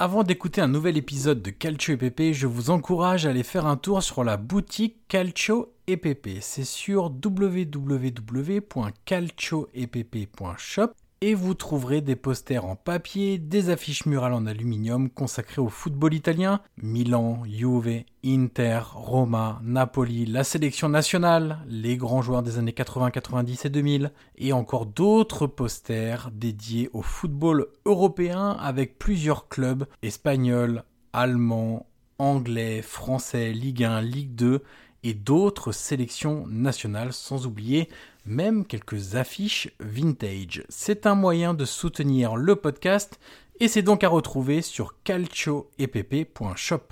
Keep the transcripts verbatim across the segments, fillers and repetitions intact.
Avant d'écouter un nouvel épisode de Calcio et Pepe, je vous encourage à aller faire un tour sur la boutique Calcio et Pepe. C'est sur w w w point calcio et pepe point shop et vous trouverez des posters en papier, des affiches murales en aluminium consacrées au football italien, Milan, Juve, Inter, Roma, Napoli, la sélection nationale, les grands joueurs des années quatre-vingts, quatre-vingt-dix et deux mille, et encore d'autres posters dédiés au football européen avec plusieurs clubs espagnols, allemands, anglais, français, Ligue un, Ligue deux et d'autres sélections nationales, sans oublier même quelques affiches vintage. C'est un moyen de soutenir le podcast et c'est donc à retrouver sur calcio et pepe point shop.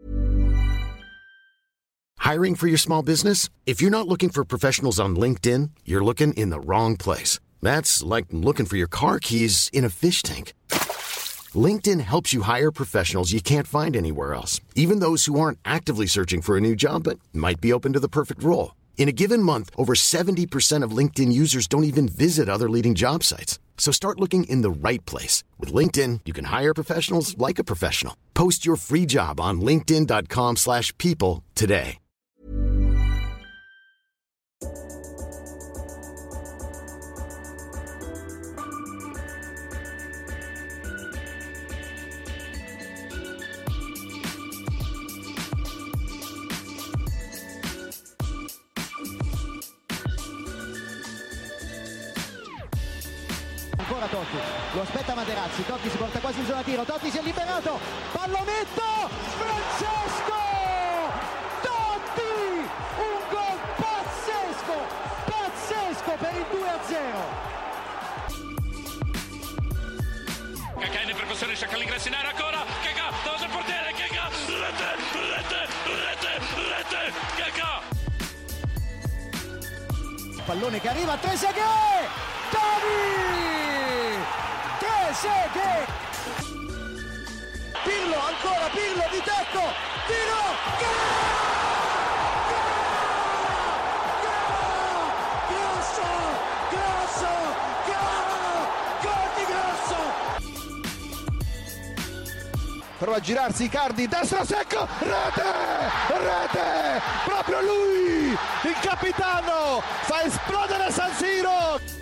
Hiring for your small business? If you're not looking for professionals on LinkedIn, you're looking in the wrong place. That's like looking for your car keys in a fish tank. LinkedIn helps you hire professionals you can't find anywhere else, even those who aren't actively searching for a new job but might be open to the perfect role. In a given month, over seventy percent of LinkedIn users don't even visit other leading job sites. So start looking in the right place. With LinkedIn, you can hire professionals like a professional. Post your free job on linkedin dot com slash people today. Ancora Totti, lo aspetta Materazzi, Totti si porta quasi in zona tiro, Totti si è liberato, pallonetto, Francesco Totti, un gol pazzesco, pazzesco per il due a zero. Kakà in percussione, cerca l'ingresso in area ancora, Kakà, davanti al portiere, Kakà, rete, rete, rete, rete, Kakà. Pallone che arriva, Trezeguet, Totti! Trezeguet, Pirlo, ancora Pirlo di tecco, tiro, gol! Grosso, grosso, gol! Gol di Grosso! Prova a girarsi Icardi, destro secco, rete, rete, proprio lui, il capitano, fa esplodere San Siro!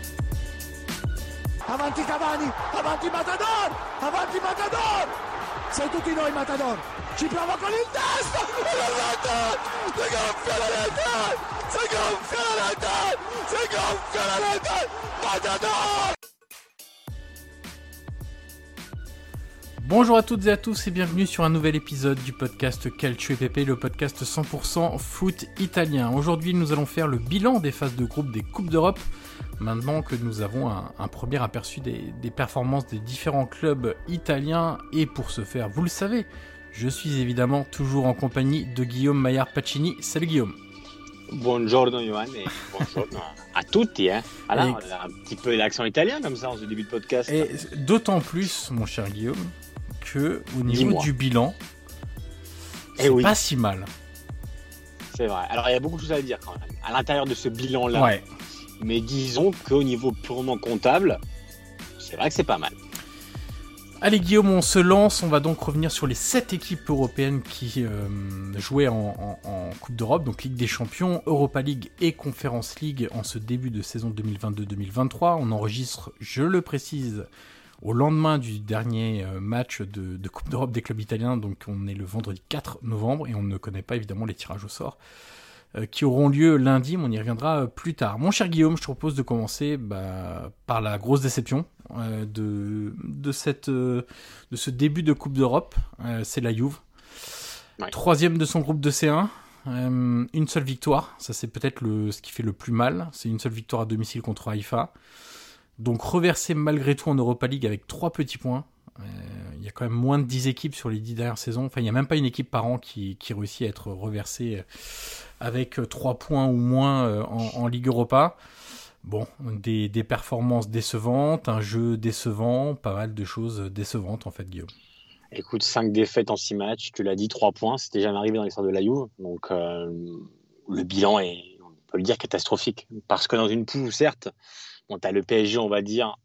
Avanti Cavani, avanti Matador, avanti Matador, sei tutti noi Matador, ci prova con il destro, si gonfia la rete, si gonfia la rete, si gonfia la rete, Matador. Bonjour à toutes et à tous et bienvenue sur un nouvel épisode du podcast Calcio et Pepe, le podcast cent pour cent foot italien. Aujourd'hui nous allons faire le bilan des phases de groupe des Coupes d'Europe, maintenant que nous avons un, un premier aperçu des, des performances des différents clubs italiens. Et pour ce faire, vous le savez, je suis évidemment toujours en compagnie de Guillaume Maillard-Pacini. Salut Guillaume. Buongiorno Johan et buongiorno à tutti. Hein. Alors, on a un petit peu l'accent italien comme ça en ce début de podcast. Et d'autant plus, mon cher Guillaume, que au niveau Dis-moi. du bilan, c'est Eh oui. pas si mal. C'est vrai. Alors, il y a beaucoup de choses à dire quand même à l'intérieur de ce bilan-là. Ouais. Mais disons qu'au niveau purement comptable, c'est vrai que c'est pas mal. Allez Guillaume, on se lance, on va donc revenir sur les sept équipes européennes qui euh, jouaient en, en, en Coupe d'Europe, donc Ligue des Champions, Europa League et Conference League en ce début de saison deux mille vingt-deux deux mille vingt-trois. On enregistre, je le précise, au lendemain du dernier match de, de Coupe d'Europe des clubs italiens, donc on est le vendredi quatre novembre et on ne connaît pas évidemment les tirages au sort euh, qui auront lieu lundi, mais on y reviendra plus tard. Mon cher Guillaume, je te propose de commencer bah, par la grosse déception euh, de, de, cette, euh, de ce début de Coupe d'Europe, euh, c'est la Juve. Ouais. Troisième de son groupe de C un, euh, une seule victoire, ça c'est peut-être le, ce qui fait le plus mal, c'est une seule victoire à domicile contre Haïfa. Donc reversé malgré tout en Europa League avec trois petits points. Il euh, y a quand même moins de dix équipes sur les dix dernières saisons. Enfin, il n'y a même pas une équipe par an qui, qui réussit à être reversée avec trois points ou moins en, en Ligue Europa. Bon, des, des performances décevantes, un jeu décevant, pas mal de choses décevantes en fait, Guillaume. Écoute, cinq défaites en six matchs, tu l'as dit, trois points, c'était jamais arrivé dans l'histoire de la Juve. Donc, euh, le bilan est, on peut le dire, catastrophique. Parce que dans une poule, certes, bon, tu as le P S G, on va dire,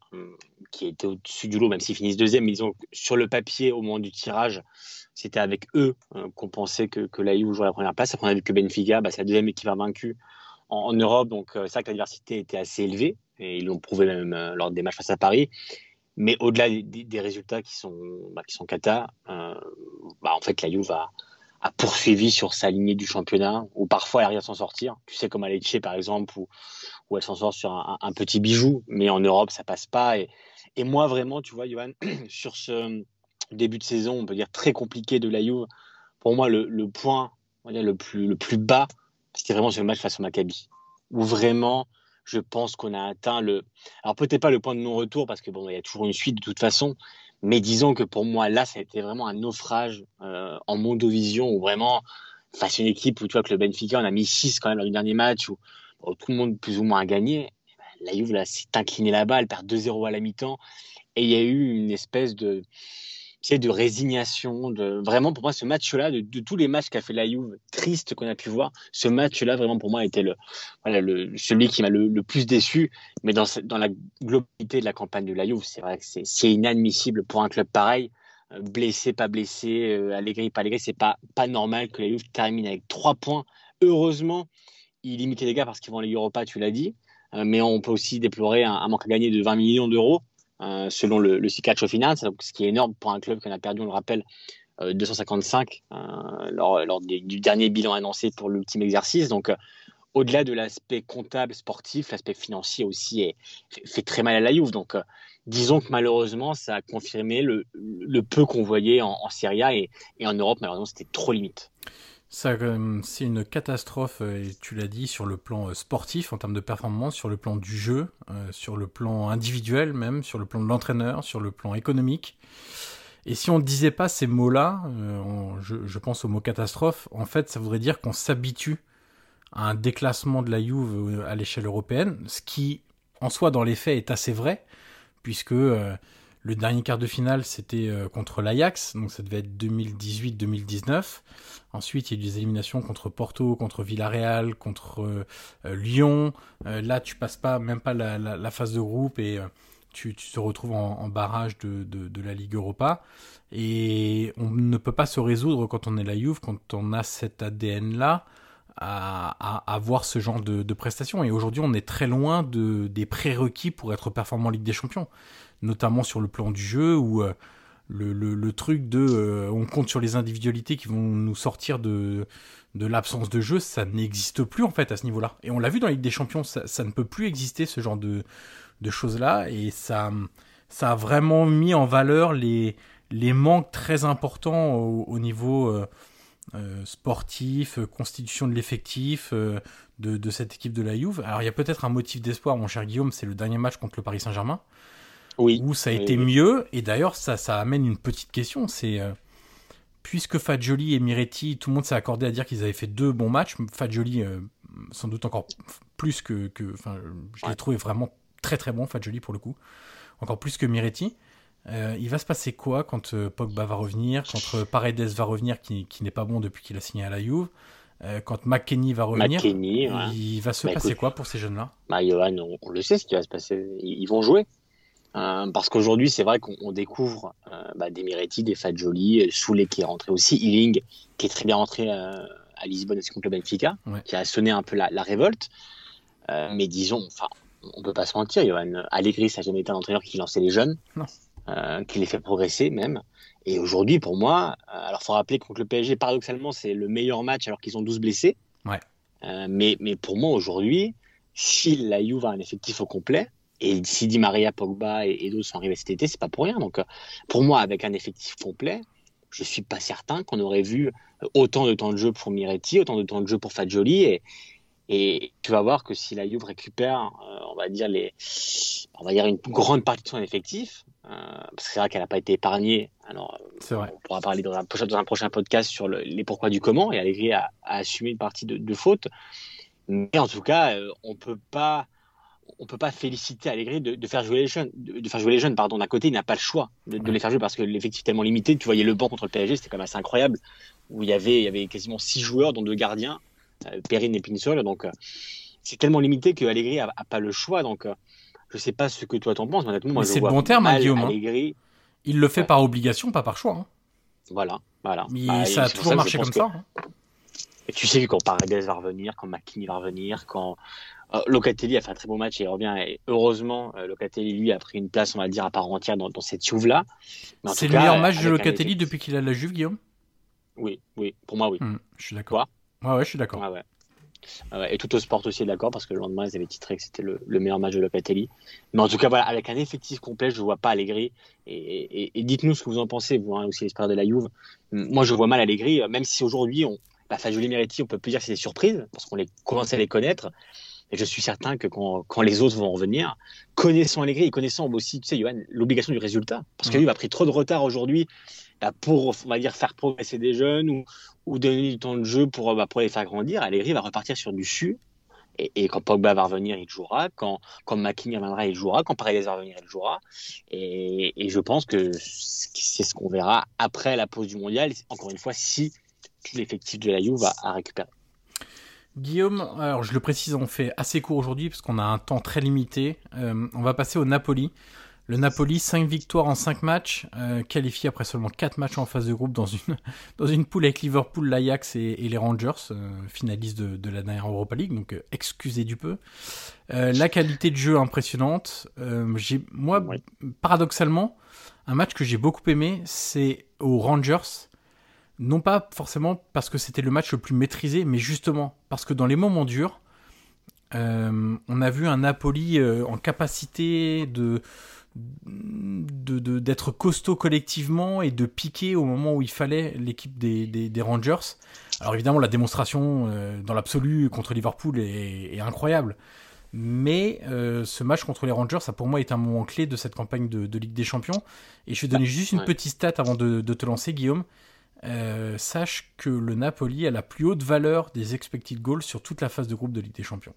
qui était au-dessus du lot, même s'ils finissent deuxième, mais disons sur le papier, au moment du tirage, c'était avec eux euh, qu'on pensait que, que la Juve jouerait la première place. Après, on a vu que Benfica, bah, c'est la deuxième équipe invaincue en, en Europe, donc euh, c'est vrai que la diversité était assez élevée, et ils l'ont prouvé même euh, lors des matchs face à Paris. Mais au-delà des, des résultats qui sont, bah, qui sont cata, euh, bah, en fait, la Juve a, a poursuivi sur sa lignée du championnat, où parfois elle arrive à s'en sortir. Tu sais, comme à Lecce, par exemple, où, où elle s'en sort sur un, un petit bijou, mais en Europe, ça passe pas. Et, et moi, vraiment, tu vois, Johan, sur ce début de saison, on peut dire très compliqué de la Juve, pour moi, le, le point on va dire, le, plus, le plus bas, c'était vraiment sur le match face au Maccabi, où vraiment, je pense qu'on a atteint le... Alors, peut-être pas le point de non-retour, parce que bon, il y a toujours une suite de toute façon, mais disons que pour moi, là, ça a été vraiment un naufrage euh, en Mondovision, où vraiment, face à une équipe où tu vois que le Benfica, on a mis six quand même dans le dernier match, où, où tout le monde plus ou moins a gagné. La Juve là, s'est inclinée là-bas, elle perd deux zéro à la mi-temps, et il y a eu une espèce de, tu sais, de résignation. De... Vraiment, pour moi, ce match-là, de, de tous les matchs qu'a fait la Juve, triste qu'on a pu voir, ce match-là, vraiment, pour moi, était le, voilà, le, celui qui m'a le, le plus déçu. Mais dans, dans la globalité de la campagne de la Juve, c'est vrai que c'est, c'est inadmissible pour un club pareil. Euh, blessé, pas blessé, euh, Allegri, pas Allegri, c'est pas, pas normal que la Juve termine avec trois points. Heureusement, il limite les dégâts parce qu'ils vont en Ligue Europa, tu l'as dit. Euh, mais on peut aussi déplorer un, un manque à gagner de vingt millions d'euros. Euh, selon le, le Calcio Finance, donc ce qui est énorme pour un club qui en a perdu, on le rappelle, euh, deux cent cinquante-cinq euh, lors, lors des, du dernier bilan annoncé pour l'ultime exercice. Donc, euh, au-delà de l'aspect comptable, sportif, l'aspect financier aussi est, fait, fait très mal à la Juve. Donc, euh, disons que malheureusement, ça a confirmé le, le peu qu'on voyait en, en Serie A et, et en Europe, malheureusement, c'était trop limite. Ça, c'est une catastrophe, et tu l'as dit, sur le plan sportif, en termes de performance, sur le plan du jeu, euh, sur le plan individuel même, sur le plan de l'entraîneur, sur le plan économique. Et si on ne disait pas ces mots-là, euh, on, je, je pense au mot catastrophe, en fait, ça voudrait dire qu'on s'habitue à un déclassement de la Juve à l'échelle européenne, ce qui, en soi, dans les faits, est assez vrai, puisque... Euh, Le dernier quart de finale, c'était euh, contre l'Ajax, donc ça devait être deux mille dix-huit deux mille dix-neuf. Ensuite, il y a eu des éliminations contre Porto, contre Villarreal, contre euh, euh, Lyon. Euh, là, tu passes pas, même pas la, la, la phase de groupe et euh, tu, tu te retrouves en, en barrage de, de, de la Ligue Europa. Et on ne peut pas se résoudre quand on est la Juve, quand on a cet A D N-là, à, à, à voir ce genre de, de prestations. Et aujourd'hui, on est très loin de, des prérequis pour être performant en Ligue des Champions, notamment sur le plan du jeu, où euh, le, le, le truc de euh, on compte sur les individualités qui vont nous sortir de, de l'absence de jeu, ça n'existe plus en fait à ce niveau-là. Et on l'a vu dans la Ligue des Champions, ça, ça ne peut plus exister ce genre de, de choses-là, et ça, ça a vraiment mis en valeur les, les manques très importants au, au niveau euh, euh, sportif, euh, constitution de l'effectif euh, de, de cette équipe de la Juve. Alors il y a peut-être un motif d'espoir, mon cher Guillaume, c'est le dernier match contre le Paris Saint-Germain. Oui, où ça a oui, été oui. mieux, et d'ailleurs ça, ça amène une petite question, c'est euh, puisque Fagioli et Miretti, tout le monde s'est accordé à dire qu'ils avaient fait deux bons matchs, Fagioli euh, sans doute encore plus que, que enfin, je l'ai ouais. trouvé vraiment très très bon, Fagioli pour le coup, encore plus que Miretti. Euh, il va se passer quoi quand euh, Pogba va revenir, quand euh, Paredes va revenir, qui, qui n'est pas bon depuis qu'il a signé à la Juve, euh, quand McKennie va revenir, McKennie, ouais. il va se bah, passer écoute, quoi pour ces jeunes-là? Bah, Johan, on, on le sait ce qui va se passer, ils, ils vont jouer. Euh, parce qu'aujourd'hui, c'est vrai qu'on on découvre euh, bah, des Miretti, des Fagioli, Soulé qui est rentré aussi, Ealing qui est très bien rentré euh, à Lisbonne aussi contre le Benfica, ouais. qui a sonné un peu la, la révolte. Euh, mais disons, enfin, on peut pas se mentir, Johan, Allegri, ça n'a jamais été un entraîneur qui lançait les jeunes, euh, qui les fait progresser même. Et aujourd'hui, pour moi, euh, alors faut rappeler que contre le P S G, paradoxalement, c'est le meilleur match alors qu'ils ont douze blessés. Ouais. Euh, mais, mais pour moi, aujourd'hui, si la Juve a un effectif au complet, et si Di Maria, Pogba et, et d'autres sont arrivés cet été, c'est pas pour rien. Donc, pour moi, avec un effectif complet, je suis pas certain qu'on aurait vu autant de temps de jeu pour Miretti, autant de temps de jeu pour Fagioli. Et, et tu vas voir que si la Juve récupère, euh, on va dire les, on va dire une grande partie de son effectif, euh, parce que c'est vrai qu'elle n'a pas été épargnée. Alors, c'est vrai. On pourra parler dans un, dans un prochain podcast sur le, les pourquoi du comment. Et Allegri a, a assumé une partie de, de faute. Mais en tout cas, euh, on peut pas. On peut pas féliciter Allegri de, de faire jouer les jeunes, de, de faire jouer les jeunes, pardon. D'un côté, il n'a pas le choix de, de les faire jouer parce que l'effectif est tellement limité. Tu voyais le banc contre le P S G, c'était quand même assez incroyable, où il y avait, il y avait quasiment six joueurs, dont deux gardiens, euh, Perrin et Pinsol. Donc, euh, c'est tellement limité que Allegri a, a pas le choix. Donc, euh, je sais pas ce que toi t'en penses, mais honnêtement, moi mais je c'est vois le bon terme, mal hein, Guillaume. Allegri. Hein. Il le fait Ouais. par obligation, pas par choix. Hein. Voilà, voilà. Mais Bah, ça a c'est pour toujours que marché je pense comme que- ça. Hein. Et tu sais que quand Paredes va revenir, quand McKennie va revenir, quand euh, Locatelli a fait un très bon match et il revient, et heureusement, euh, Locatelli, lui, a pris une place, on va dire, à part entière dans, dans cette Juve-là. Mais en C'est tout le cas, meilleur match de avec un Locatelli effectif- depuis qu'il a la Juve, Guillaume. Oui, oui, pour moi, oui. Hum, je suis d'accord. Ouais, ouais, je suis d'accord. Ouais, ouais. Ah ouais, et tout au sport aussi est d'accord parce que le lendemain ils avaient titré que c'était le, le meilleur match de Locatelli. Mais en tout cas voilà, avec un effectif complet, je vois pas Allegri. Et, et, et dites-nous ce que vous en pensez, vous hein, aussi l'expert de la Juve. Moi je vois mal Allegri, même si aujourd'hui on, bah, Fagioli Miretti, on peut plus dire que c'est des surprises parce qu'on les commence à les connaître. Et je suis certain que quand, quand les autres vont revenir, connaissant Allegri et connaissant aussi, tu sais, Johan, l'obligation du résultat. Parce que Ouais. lui a pris trop de retard aujourd'hui bah, pour, on va dire, faire progresser des jeunes ou, ou donner du temps de jeu pour, bah, pour les faire grandir. Allegri va repartir sur du su. Et, et quand Pogba va revenir, il jouera. Quand, quand McKennie reviendra, il jouera. Quand Paredes va revenir, il jouera. Et, et je pense que c'est ce qu'on verra après la pause du mondial. Encore une fois, si tout l'effectif de la Juve va à récupérer. Guillaume, alors je le précise, on fait assez court aujourd'hui parce qu'on a un temps très limité. Euh, on va passer au Napoli. Le Napoli, cinq victoires en cinq matchs, euh, qualifié après seulement quatre matchs en phase de groupe dans une, dans une poule avec Liverpool, l'Ajax et, et les Rangers, euh, finalistes de, de la dernière Europa League, donc euh, excusez du peu. Euh, la qualité de jeu impressionnante. Euh, j'ai, moi, Oui. paradoxalement, un match que j'ai beaucoup aimé, c'est aux Rangers. Non pas forcément parce que c'était le match le plus maîtrisé, mais justement parce que dans les moments durs, euh, on a vu un Napoli euh, en capacité de, de, de, d'être costaud collectivement et de piquer au moment où il fallait l'équipe des, des, des Rangers. Alors évidemment, la démonstration euh, dans l'absolu contre Liverpool est, est incroyable. Mais euh, ce match contre les Rangers, ça pour moi est un moment clé de cette campagne de, de Ligue des Champions. Et je vais donner juste une ouais. petite stat avant de, de te lancer, Guillaume. Euh, sache que le Napoli a la plus haute valeur des expected goals sur toute la phase de groupe de Ligue des Champions.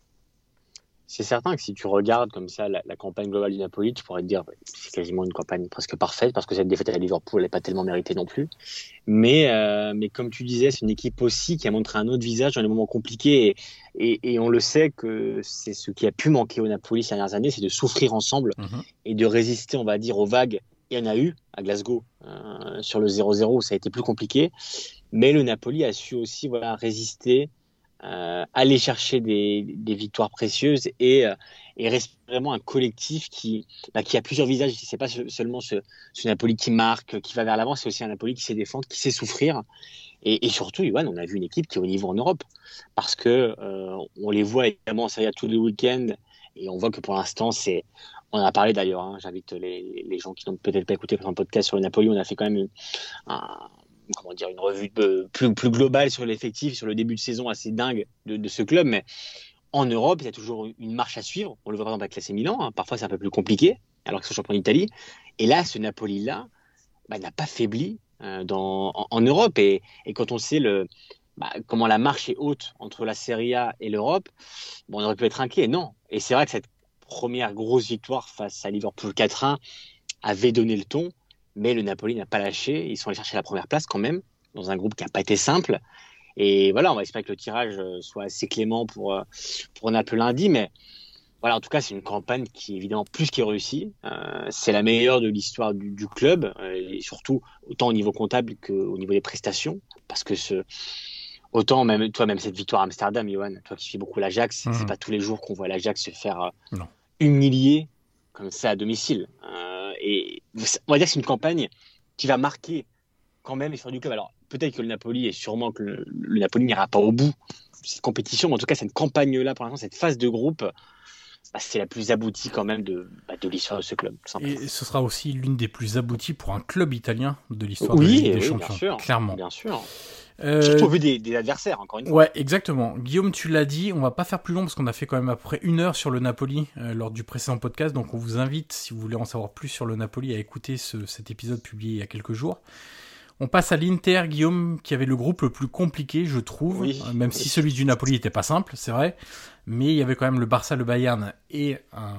C'est certain que si tu regardes comme ça la, la campagne globale du Napoli, tu pourrais te dire que c'est quasiment une campagne presque parfaite parce que cette défaite à Liverpool n'est pas tellement méritée non plus. Mais, euh, mais comme tu disais, c'est une équipe aussi qui a montré un autre visage dans les moments compliqués et, et, et on le sait que c'est ce qui a pu manquer au Napoli ces dernières années, c'est de souffrir ensemble Mmh. et de résister, on va dire, aux vagues. Il y en a eu à Glasgow euh, sur le zéro zéro, ça a été plus compliqué. Mais le Napoli a su aussi voilà, résister, euh, aller chercher des, des victoires précieuses et, euh, et rester vraiment un collectif qui, bah, qui a plusieurs visages. C'est pas seulement ce, ce Napoli qui marque, qui va vers l'avant, c'est aussi un Napoli qui sait défendre, qui sait souffrir. Et, et surtout, Yoann, on a vu une équipe qui est au niveau en Europe parce que euh, on les voit évidemment en Serie A tous les week-ends et on voit que pour l'instant, c'est. On en a parlé d'ailleurs, hein, j'invite les, les gens qui n'ont peut-être pas écouté un podcast sur le Napoli, on a fait quand même une, un, comment dire, une revue de, plus, plus globale sur l'effectif, sur le début de saison assez dingue de, de ce club, mais en Europe, il y a toujours une marche à suivre, on le voit par exemple avec l'A C Milan, hein, parfois c'est un peu plus compliqué, alors qu'ils sont champions d'Italie, et là, ce Napoli-là bah, n'a pas faibli euh, dans, en, en Europe, et, et quand on sait le, bah, comment la marche est haute entre la Serie A et l'Europe, bon, on aurait pu être inquiet, non, et c'est vrai que cette première grosse victoire face à Liverpool quatre un avait donné le ton, mais le Napoli n'a pas lâché. Ils sont allés chercher la première place quand même, dans un groupe qui n'a pas été simple. Et voilà, on va espérer que le tirage soit assez clément pour, pour Naples lundi, mais voilà, en tout cas, c'est une campagne qui est évidemment plus que réussie. Euh, c'est la meilleure de l'histoire du, du club, et surtout autant au niveau comptable qu'au niveau des prestations, parce que ce... Autant même toi, même cette victoire à Amsterdam, Johan, toi qui suis beaucoup l'Ajax, mmh. c'est pas tous les jours qu'on voit l'Ajax se faire euh, humilier comme ça à domicile. Euh, et on va dire que c'est une campagne qui va marquer quand même l'histoire du club. Alors peut-être que le Napoli, et sûrement que le, le Napoli n'ira pas au bout de cette compétition, mais en tout cas cette campagne-là, pour l'instant, cette phase de groupe, bah, c'est la plus aboutie quand même de, bah, de l'histoire de ce club. Et ce sera aussi l'une des plus abouties pour un club italien de l'histoire oui, de la Ligue des oui, Champions, bien sûr, clairement. Bien sûr. Euh... Surtout au vu des, des adversaires, encore une fois. Ouais, exactement. Guillaume, tu l'as dit, on va pas faire plus long parce qu'on a fait quand même à peu près une heure sur le Napoli euh, lors du précédent podcast, donc on vous invite, si vous voulez en savoir plus sur le Napoli, à écouter ce, cet épisode publié il y a quelques jours. On passe à l'Inter, Guillaume, qui avait le groupe le plus compliqué, je trouve, oui, euh, même oui. si celui du Napoli n'était pas simple, c'est vrai, mais il y avait quand même le Barça, le Bayern et un,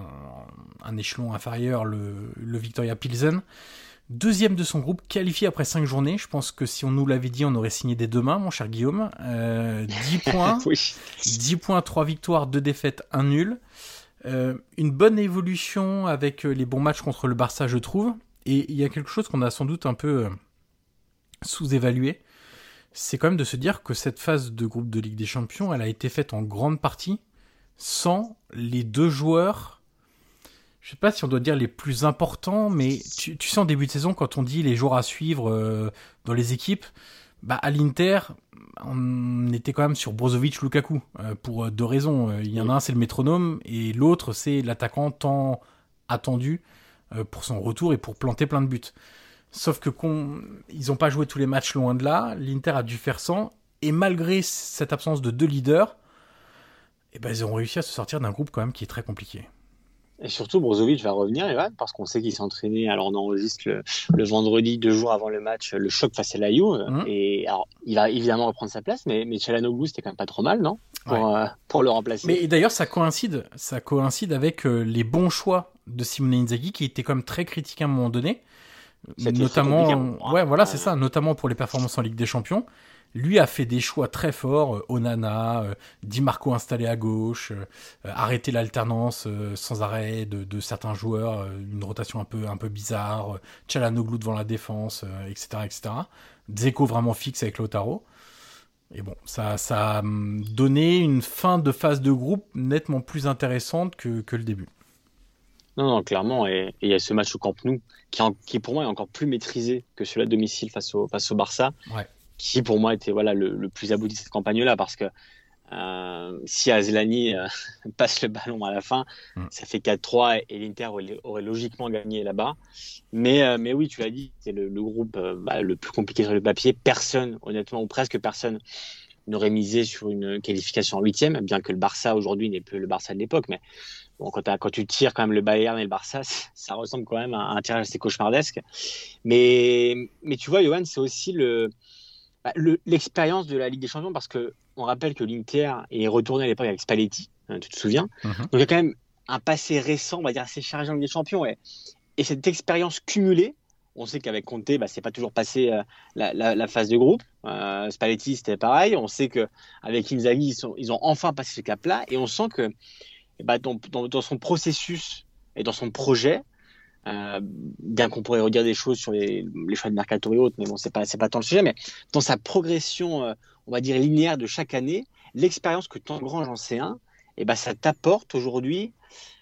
un échelon inférieur, le, le Victoria Pilsen. Deuxième de son groupe, qualifié après cinq journées. Je pense que si on nous l'avait dit, on aurait signé des deux mains, mon cher Guillaume. Euh, dix points, oui. dix points, trois victoires, deux défaites, un nul. Euh, une bonne évolution avec les bons matchs contre le Barça, je trouve. Et il y a quelque chose qu'on a sans doute un peu euh, sous-évalué. C'est quand même de se dire que cette phase de groupe de Ligue des Champions, elle a été faite en grande partie sans les deux joueurs, je sais pas si on doit dire les plus importants, mais tu, tu sais en début de saison, quand on dit les joueurs à suivre euh, dans les équipes, bah à l'Inter, on était quand même sur Brozovic, Lukaku, euh, pour deux raisons. Il y en a un, c'est le métronome, et l'autre, c'est l'attaquant tant attendu euh, pour son retour et pour planter plein de buts. Sauf que ils n'ont pas joué tous les matchs, loin de là. L'Inter a dû faire sans, et malgré cette absence de deux leaders, eh ben, ils ont réussi à se sortir d'un groupe quand même qui est très compliqué. Et surtout, Brozovic va revenir, Evan, parce qu'on sait qu'il s'est entraîné. Alors, on enregistre le, le vendredi, deux jours avant le match, le choc face à la Juve. Mmh. Et alors, il va évidemment reprendre sa place, mais, mais Çalhanoğlu, c'était quand même pas trop mal, non pour, ouais. euh, pour le remplacer. Mais d'ailleurs, ça coïncide, ça coïncide avec euh, les bons choix de Simone Inzaghi, qui était quand même très critiqué à un moment donné. C'était notamment, ouais, ouais, voilà, ouais. c'est ça, notamment pour les performances en Ligue des Champions. Lui a fait des choix très forts, euh, Onana, euh, Di Marco installé à gauche, euh, arrêter l'alternance euh, sans arrêt de, de certains joueurs, euh, une rotation un peu, un peu bizarre, euh, Çalhanoğlu devant la défense, euh, et cetera, et cetera. Dzeko vraiment fixe avec Lautaro. Et bon, ça, ça a donné une fin de phase de groupe nettement plus intéressante que, que le début. Non, non, clairement. Et il y a ce match au Camp Nou qui, en, qui, pour moi, est encore plus maîtrisé que celui à domicile face au, face au Barça. Ouais. Qui pour moi était voilà le, le plus abouti de cette campagne-là, parce que euh, si Asllani euh, passe le ballon à la fin, mm. ça fait quatre trois et, et l'Inter aurait, aurait logiquement gagné là-bas. Mais euh, mais oui, tu l'as dit, c'est le, le groupe euh, bah, le plus compliqué sur le papier. Personne, honnêtement, ou presque personne, n'aurait misé sur une qualification en huitième, bien que le Barça aujourd'hui n'est plus le Barça de l'époque. Mais bon, quand, quand tu tires quand même le Bayern et le Barça, ça ressemble quand même à un tirage assez cauchemardesque. Mais mais tu vois, Johan, c'est aussi le Bah, le, l'expérience de la Ligue des Champions, parce que on rappelle que l'Inter est retourné à l'époque avec Spalletti, hein, tu te souviens. Mm-hmm. Donc il y a quand même un passé récent, on va dire assez chargé en Ligue des Champions, et, et cette expérience cumulée, on sait qu'avec Conte, bah, c'est pas toujours passé euh, la, la, la phase de groupe. Euh, Spalletti, c'était pareil. On sait que avec Inzaghi, ils, sont, ils ont enfin passé ce cap-là, et on sent que bah, dans, dans, dans son processus et dans son projet. Euh, bien qu'on pourrait redire des choses sur les, les choix de mercato et autres, mais bon, c'est pas, c'est pas tant le sujet, mais dans sa progression, euh, on va dire linéaire de chaque année, l'expérience que tu engranges en C un, et ben, ça t'apporte aujourd'hui,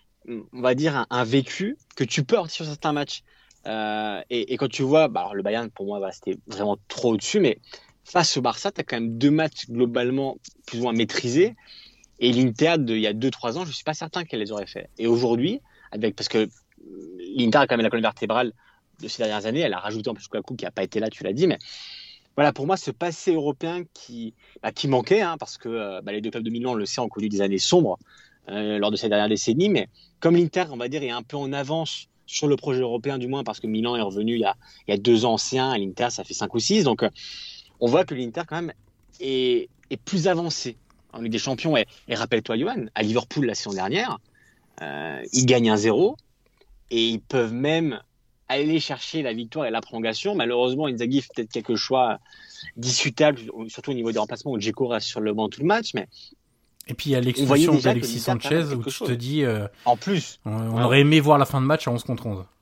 on va dire, un, un vécu que tu peux avoir sur certains matchs. Euh, et, et quand tu vois, bah, alors le Bayern, pour moi, bah, c'était vraiment trop au-dessus, mais face au Barça, tu as quand même deux matchs globalement plus ou moins maîtrisés, et l'Inter, de, il y a deux trois ans, je suis pas certain qu'elle les aurait fait. Et aujourd'hui, avec, parce que l'Inter a quand même la colonne vertébrale de ces dernières années. Elle a rajouté en plus Lukaku qui n'a pas été là, tu l'as dit. Mais voilà, pour moi, ce passé européen qui, bah, qui manquait, hein, parce que bah, les deux clubs de Milan, on le sait, ont connu des années sombres euh, lors de ces dernières décennies. Mais comme l'Inter, on va dire, est un peu en avance sur le projet européen, du moins, parce que Milan est revenu il y a, il y a deux ans ancien, et l'Inter, ça fait cinq ou six. Donc, euh, on voit que l'Inter, quand même, est, est plus avancé en Ligue des Champions. Et, et rappelle-toi, Johan, à Liverpool, la saison dernière, euh, ils gagnent un zéro. Et ils peuvent même aller chercher la victoire et la prolongation. Malheureusement, Inzaghi fait peut-être quelques choix discutables, surtout au niveau des remplacements où Dzeko reste sur le banc tout le match. Mais et puis il y a l'expulsion d'Alexis Sanchez où tu chose. te dis euh, en plus, on, on ouais. aurait aimé voir la fin de match à onze contre onze.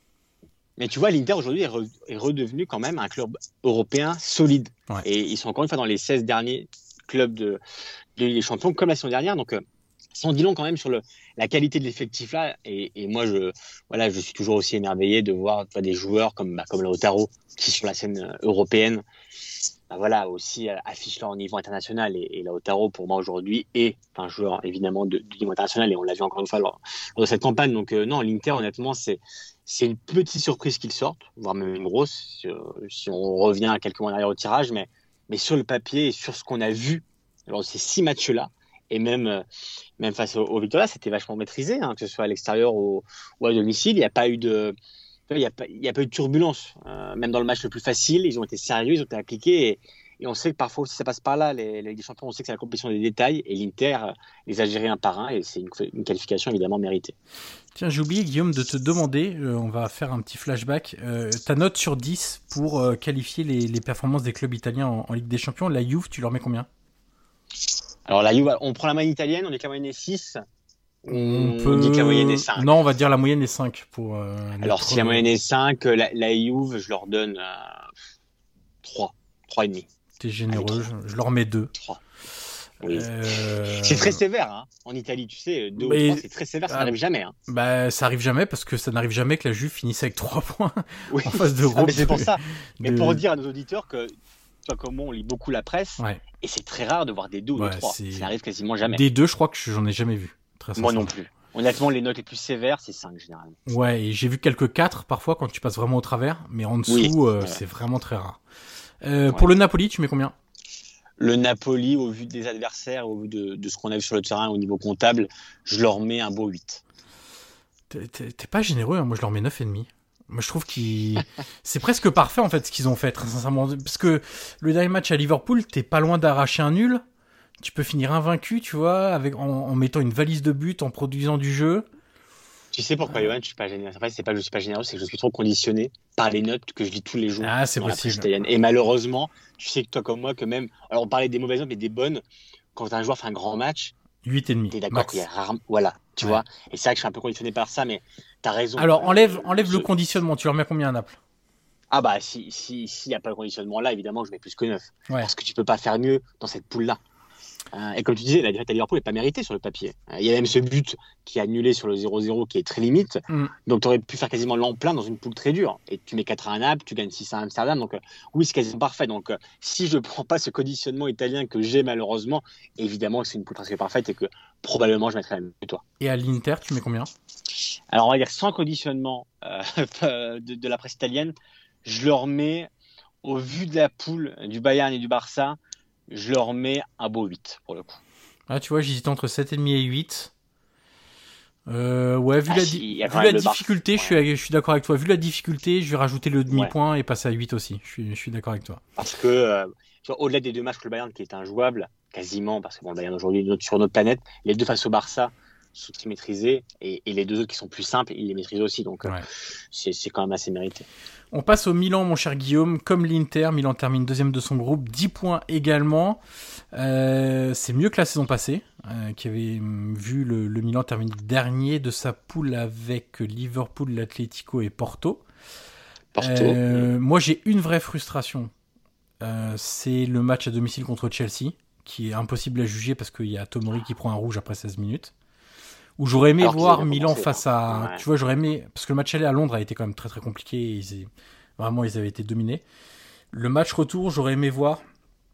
Mais tu vois, l'Inter aujourd'hui est, re, est redevenu quand même un club européen solide. Ouais. Et ils sont encore une fois dans les seize derniers clubs de, de Ligue des Champions, comme la saison dernière. Donc, euh, sans dire long quand même sur le, la qualité de l'effectif là. Et, et moi, je, voilà, je suis toujours aussi émerveillé de voir vois, des joueurs comme, bah, comme Lautaro qui, sur la scène européenne, bah, voilà, aussi euh, affiche leur niveau international. Et, et Lautaro, pour moi, aujourd'hui, est un joueur évidemment de, de niveau international. Et on l'a vu encore une fois lors, lors de cette campagne. Donc, euh, non, l'Inter, honnêtement, c'est, c'est une petite surprise qu'ils sortent, voire même une grosse, si, si on revient à quelques mois en arrière au tirage. Mais, mais sur le papier et sur ce qu'on a vu lors de ces six matchs-là, et même, même face au, au Victoria, c'était vachement maîtrisé, hein, que ce soit à l'extérieur ou, ou à domicile. Il n'y a pas eu de, il y a pas, il y a pas eu de turbulence. Euh, même dans le match le plus facile, ils ont été sérieux, ils ont été appliqués. Et, et on sait que parfois aussi ça passe par là, les, les Ligue des Champions, on sait que c'est la compétition des détails. Et l'Inter les a gérés un par un. Et c'est une, une qualification évidemment méritée. Tiens, j'ai oublié, Guillaume, de te demander, euh, on va faire un petit flashback, euh, ta note sur dix pour euh, qualifier les, les performances des clubs italiens en, en Ligue des Champions. La Juve, tu leur mets combien ? Alors la Juve, on prend la moyenne italienne, on est qu'à la moyenne six. On, on peut... dit que la moyenne est cinq. Non, on va dire la moyenne est cinq. Pour, euh, Alors, si la moyenne est cinq, la, la Juve, je leur donne euh, trois, trois virgule cinq. T'es généreux, je, je leur mets deux. trois. Oui. Euh... C'est très sévère, hein. En Italie, tu sais, deux Mais... ou trois, c'est très sévère, ça ah, n'arrive jamais. Hein. Bah, ça arrive jamais parce que ça n'arrive jamais que la Juve finisse avec trois points oui. en face de groupe. Ah, mais c'est pour ça. De... Mais pour dire à nos auditeurs que, toi comme moi, on lit beaucoup la presse, ouais. et c'est très rare de voir des deux ou ouais, des trois. c'est... Ça n'arrive quasiment jamais. Des deux, je crois que j'en ai jamais vu. Très moi non plus. Honnêtement, les notes les plus sévères, c'est cinq généralement. Ouais, et j'ai vu quelques quatre parfois quand tu passes vraiment au travers, mais en dessous, oui. euh, ouais. c'est vraiment très rare. Euh, ouais. Pour le Napoli, tu mets combien ? Le Napoli, au vu des adversaires, au vu de, de ce qu'on a vu sur le terrain au niveau comptable, je leur mets un beau huit. T'es, t'es, t'es pas généreux, hein. Moi je leur mets neuf virgule cinq. Moi je trouve que c'est presque parfait en fait ce qu'ils ont fait, très sincèrement. Parce que le dernier match à Liverpool, t'es pas loin d'arracher un nul. Tu peux finir invaincu, tu vois, avec, en, en mettant une valise de but, en produisant du jeu. Tu sais pourquoi, Johan, je suis pas généreux. En fait, c'est pas que je suis pas généreux, c'est que je suis trop conditionné par les notes que je lis tous les jours. Ah, c'est dans la possible. presse italienne. Et malheureusement, tu sais que toi comme moi, que même, alors on parlait des mauvaises notes, mais des bonnes, quand un joueur fait un grand match, huit virgule cinq. t'es d'accord max. qu'il y a rarement, voilà, tu ouais. vois. Et c'est vrai que je suis un peu conditionné par ça, mais t'as raison. Alors, enlève, enlève ce... le conditionnement. Tu leur mets combien à Naples ? Ah bah, si, si, s'il n'y a pas le conditionnement là, évidemment, je mets plus que neuf. Ouais. Parce que tu peux pas faire mieux dans cette poule-là. Euh, et comme tu disais, la défaite à Liverpool n'est pas méritée sur le papier. Euh, il y a même ce but qui est annulé sur le zéro zéro qui est très limite. Mm. Donc tu aurais pu faire quasiment l'en-plein dans une poule très dure. Et tu mets quatre à Naples, tu gagnes six à Amsterdam. Donc euh, oui, c'est quasiment parfait. Donc euh, si je ne prends pas ce conditionnement italien que j'ai malheureusement, évidemment que c'est une poule presque parfaite et que probablement je mettrais la même que toi. Et à l'Inter, tu mets combien ? Alors on va dire sans conditionnement euh, de, de la presse italienne, je leur mets, au vu de la poule du Bayern et du Barça, je leur mets un beau huit pour le coup. Ah, tu vois, j'hésitais entre sept virgule cinq et huit. Euh, ouais, vu ah, la, si, di- vu la difficulté, je suis, ouais. je suis d'accord avec toi. Vu la difficulté, je vais rajouter le demi-point ouais. et passer à huit aussi. Je suis, je suis d'accord avec toi. Parce que, euh, tu vois, au-delà des deux matchs contre le Bayern qui étaient injouables, quasiment, parce que bon, le Bayern aujourd'hui est sur notre planète, les deux face au Barça sont très maîtrisés et, et les deux autres qui sont plus simples, ils les maîtrisent aussi. Donc, ouais. euh, c'est, c'est quand même assez mérité. On passe au Milan, mon cher Guillaume. Comme l'Inter, Milan termine deuxième de son groupe, dix points également. Euh, c'est mieux que la saison passée, euh, qui avait vu le, le Milan terminer dernier de sa poule avec Liverpool, l'Atlético et Porto. Porto. Euh, moi, j'ai une vraie frustration. Euh, c'est le match à domicile contre Chelsea, qui est impossible à juger parce qu'il y a Tomori qui prend un rouge après seize minutes. Où j'aurais aimé Alors voir Milan commencé, face à... Ouais. Tu vois, j'aurais aimé... Parce que le match aller à Londres a été quand même très très compliqué. Et ils... Vraiment, ils avaient été dominés. Le match retour, j'aurais aimé voir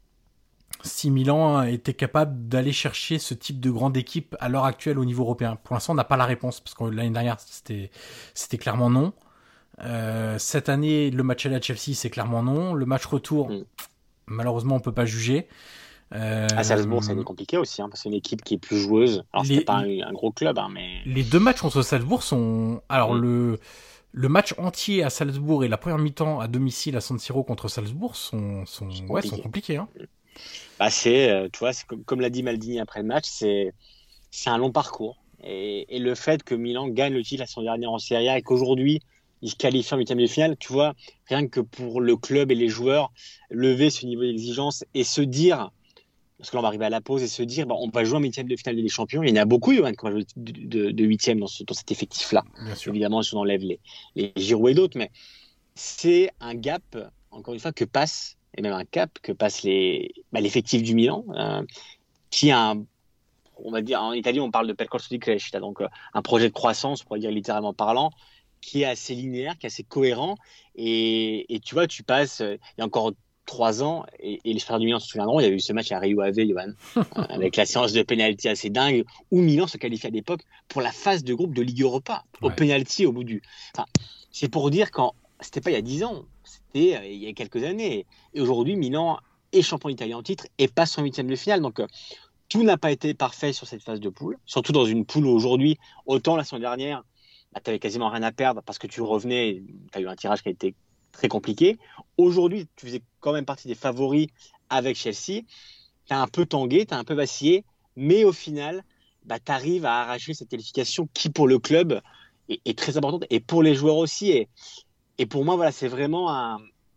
si Milan était capable d'aller chercher ce type de grande équipe à l'heure actuelle au niveau européen. Pour l'instant, on n'a pas la réponse. Parce que l'année dernière, c'était, c'était clairement non. Euh, cette année, le match aller à Chelsea, c'est clairement non. Le match retour, mm. malheureusement, on ne peut pas juger. Euh, à Salzbourg, ça a été compliqué aussi, hein, parce que c'est une équipe qui est plus joueuse. Alors, les, c'était pas un, un gros club, hein, mais... Les deux matchs contre Salzbourg sont... Alors, mmh. le, le match entier à Salzbourg et la première mi-temps à domicile à San Siro contre Salzbourg sont, sont, sont, ouais, sont compliqués. Hein. Bah, c'est, euh, tu vois, c'est comme, comme l'a dit Maldini après le match, c'est, c'est un long parcours. Et, et le fait que Milan gagne le titre la saison dernière en Serie A et qu'aujourd'hui, il se qualifie en huitième de finale, tu vois, rien que pour le club et les joueurs, lever ce niveau d'exigence et se dire... Parce que là, on va arriver à la pause et se dire, bah, on va jouer en huitième de finale des champions. Il y en a beaucoup, Johan, qui vont jouer de huitième dans, ce, dans cet effectif-là. Évidemment, si on enlève les, les Giroud et d'autres, mais c'est un gap, encore une fois, que passe, et même un cap, que passe les, bah, l'effectif du Milan, euh, qui a un, on va dire, en Italie, on parle de percorso di crescita, donc euh, un projet de croissance, on pourrait dire littéralement parlant, qui est assez linéaire, qui est assez cohérent. Et, et tu vois, tu passes, il y a encore trois ans, et, et les supporters du Milan se souviendront, il y avait eu ce match à Rio Ave, Johan, euh, avec la séance de penalty assez dingue, où Milan se qualifiait à l'époque pour la phase de groupe de Ligue Europa, ouais. au penalty au bout du... Enfin, c'est pour dire quand c'était pas il y a dix ans, c'était euh, il y a quelques années. Et aujourd'hui, Milan est champion italien en titre et passe en huitième de finale. Donc, euh, tout n'a pas été parfait sur cette phase de poule, surtout dans une poule où aujourd'hui, autant la saison dernière, bah, tu avais quasiment rien à perdre parce que tu revenais, tu as eu un tirage qui a été très compliqué. Aujourd'hui, tu faisais quand même partie des favoris avec Chelsea. Tu as un peu tangué, tu as un peu vacillé, mais au final, bah, tu arrives à arracher cette qualification qui, pour le club, est, est très importante et pour les joueurs aussi. Et, et pour moi, voilà, c'est vraiment un,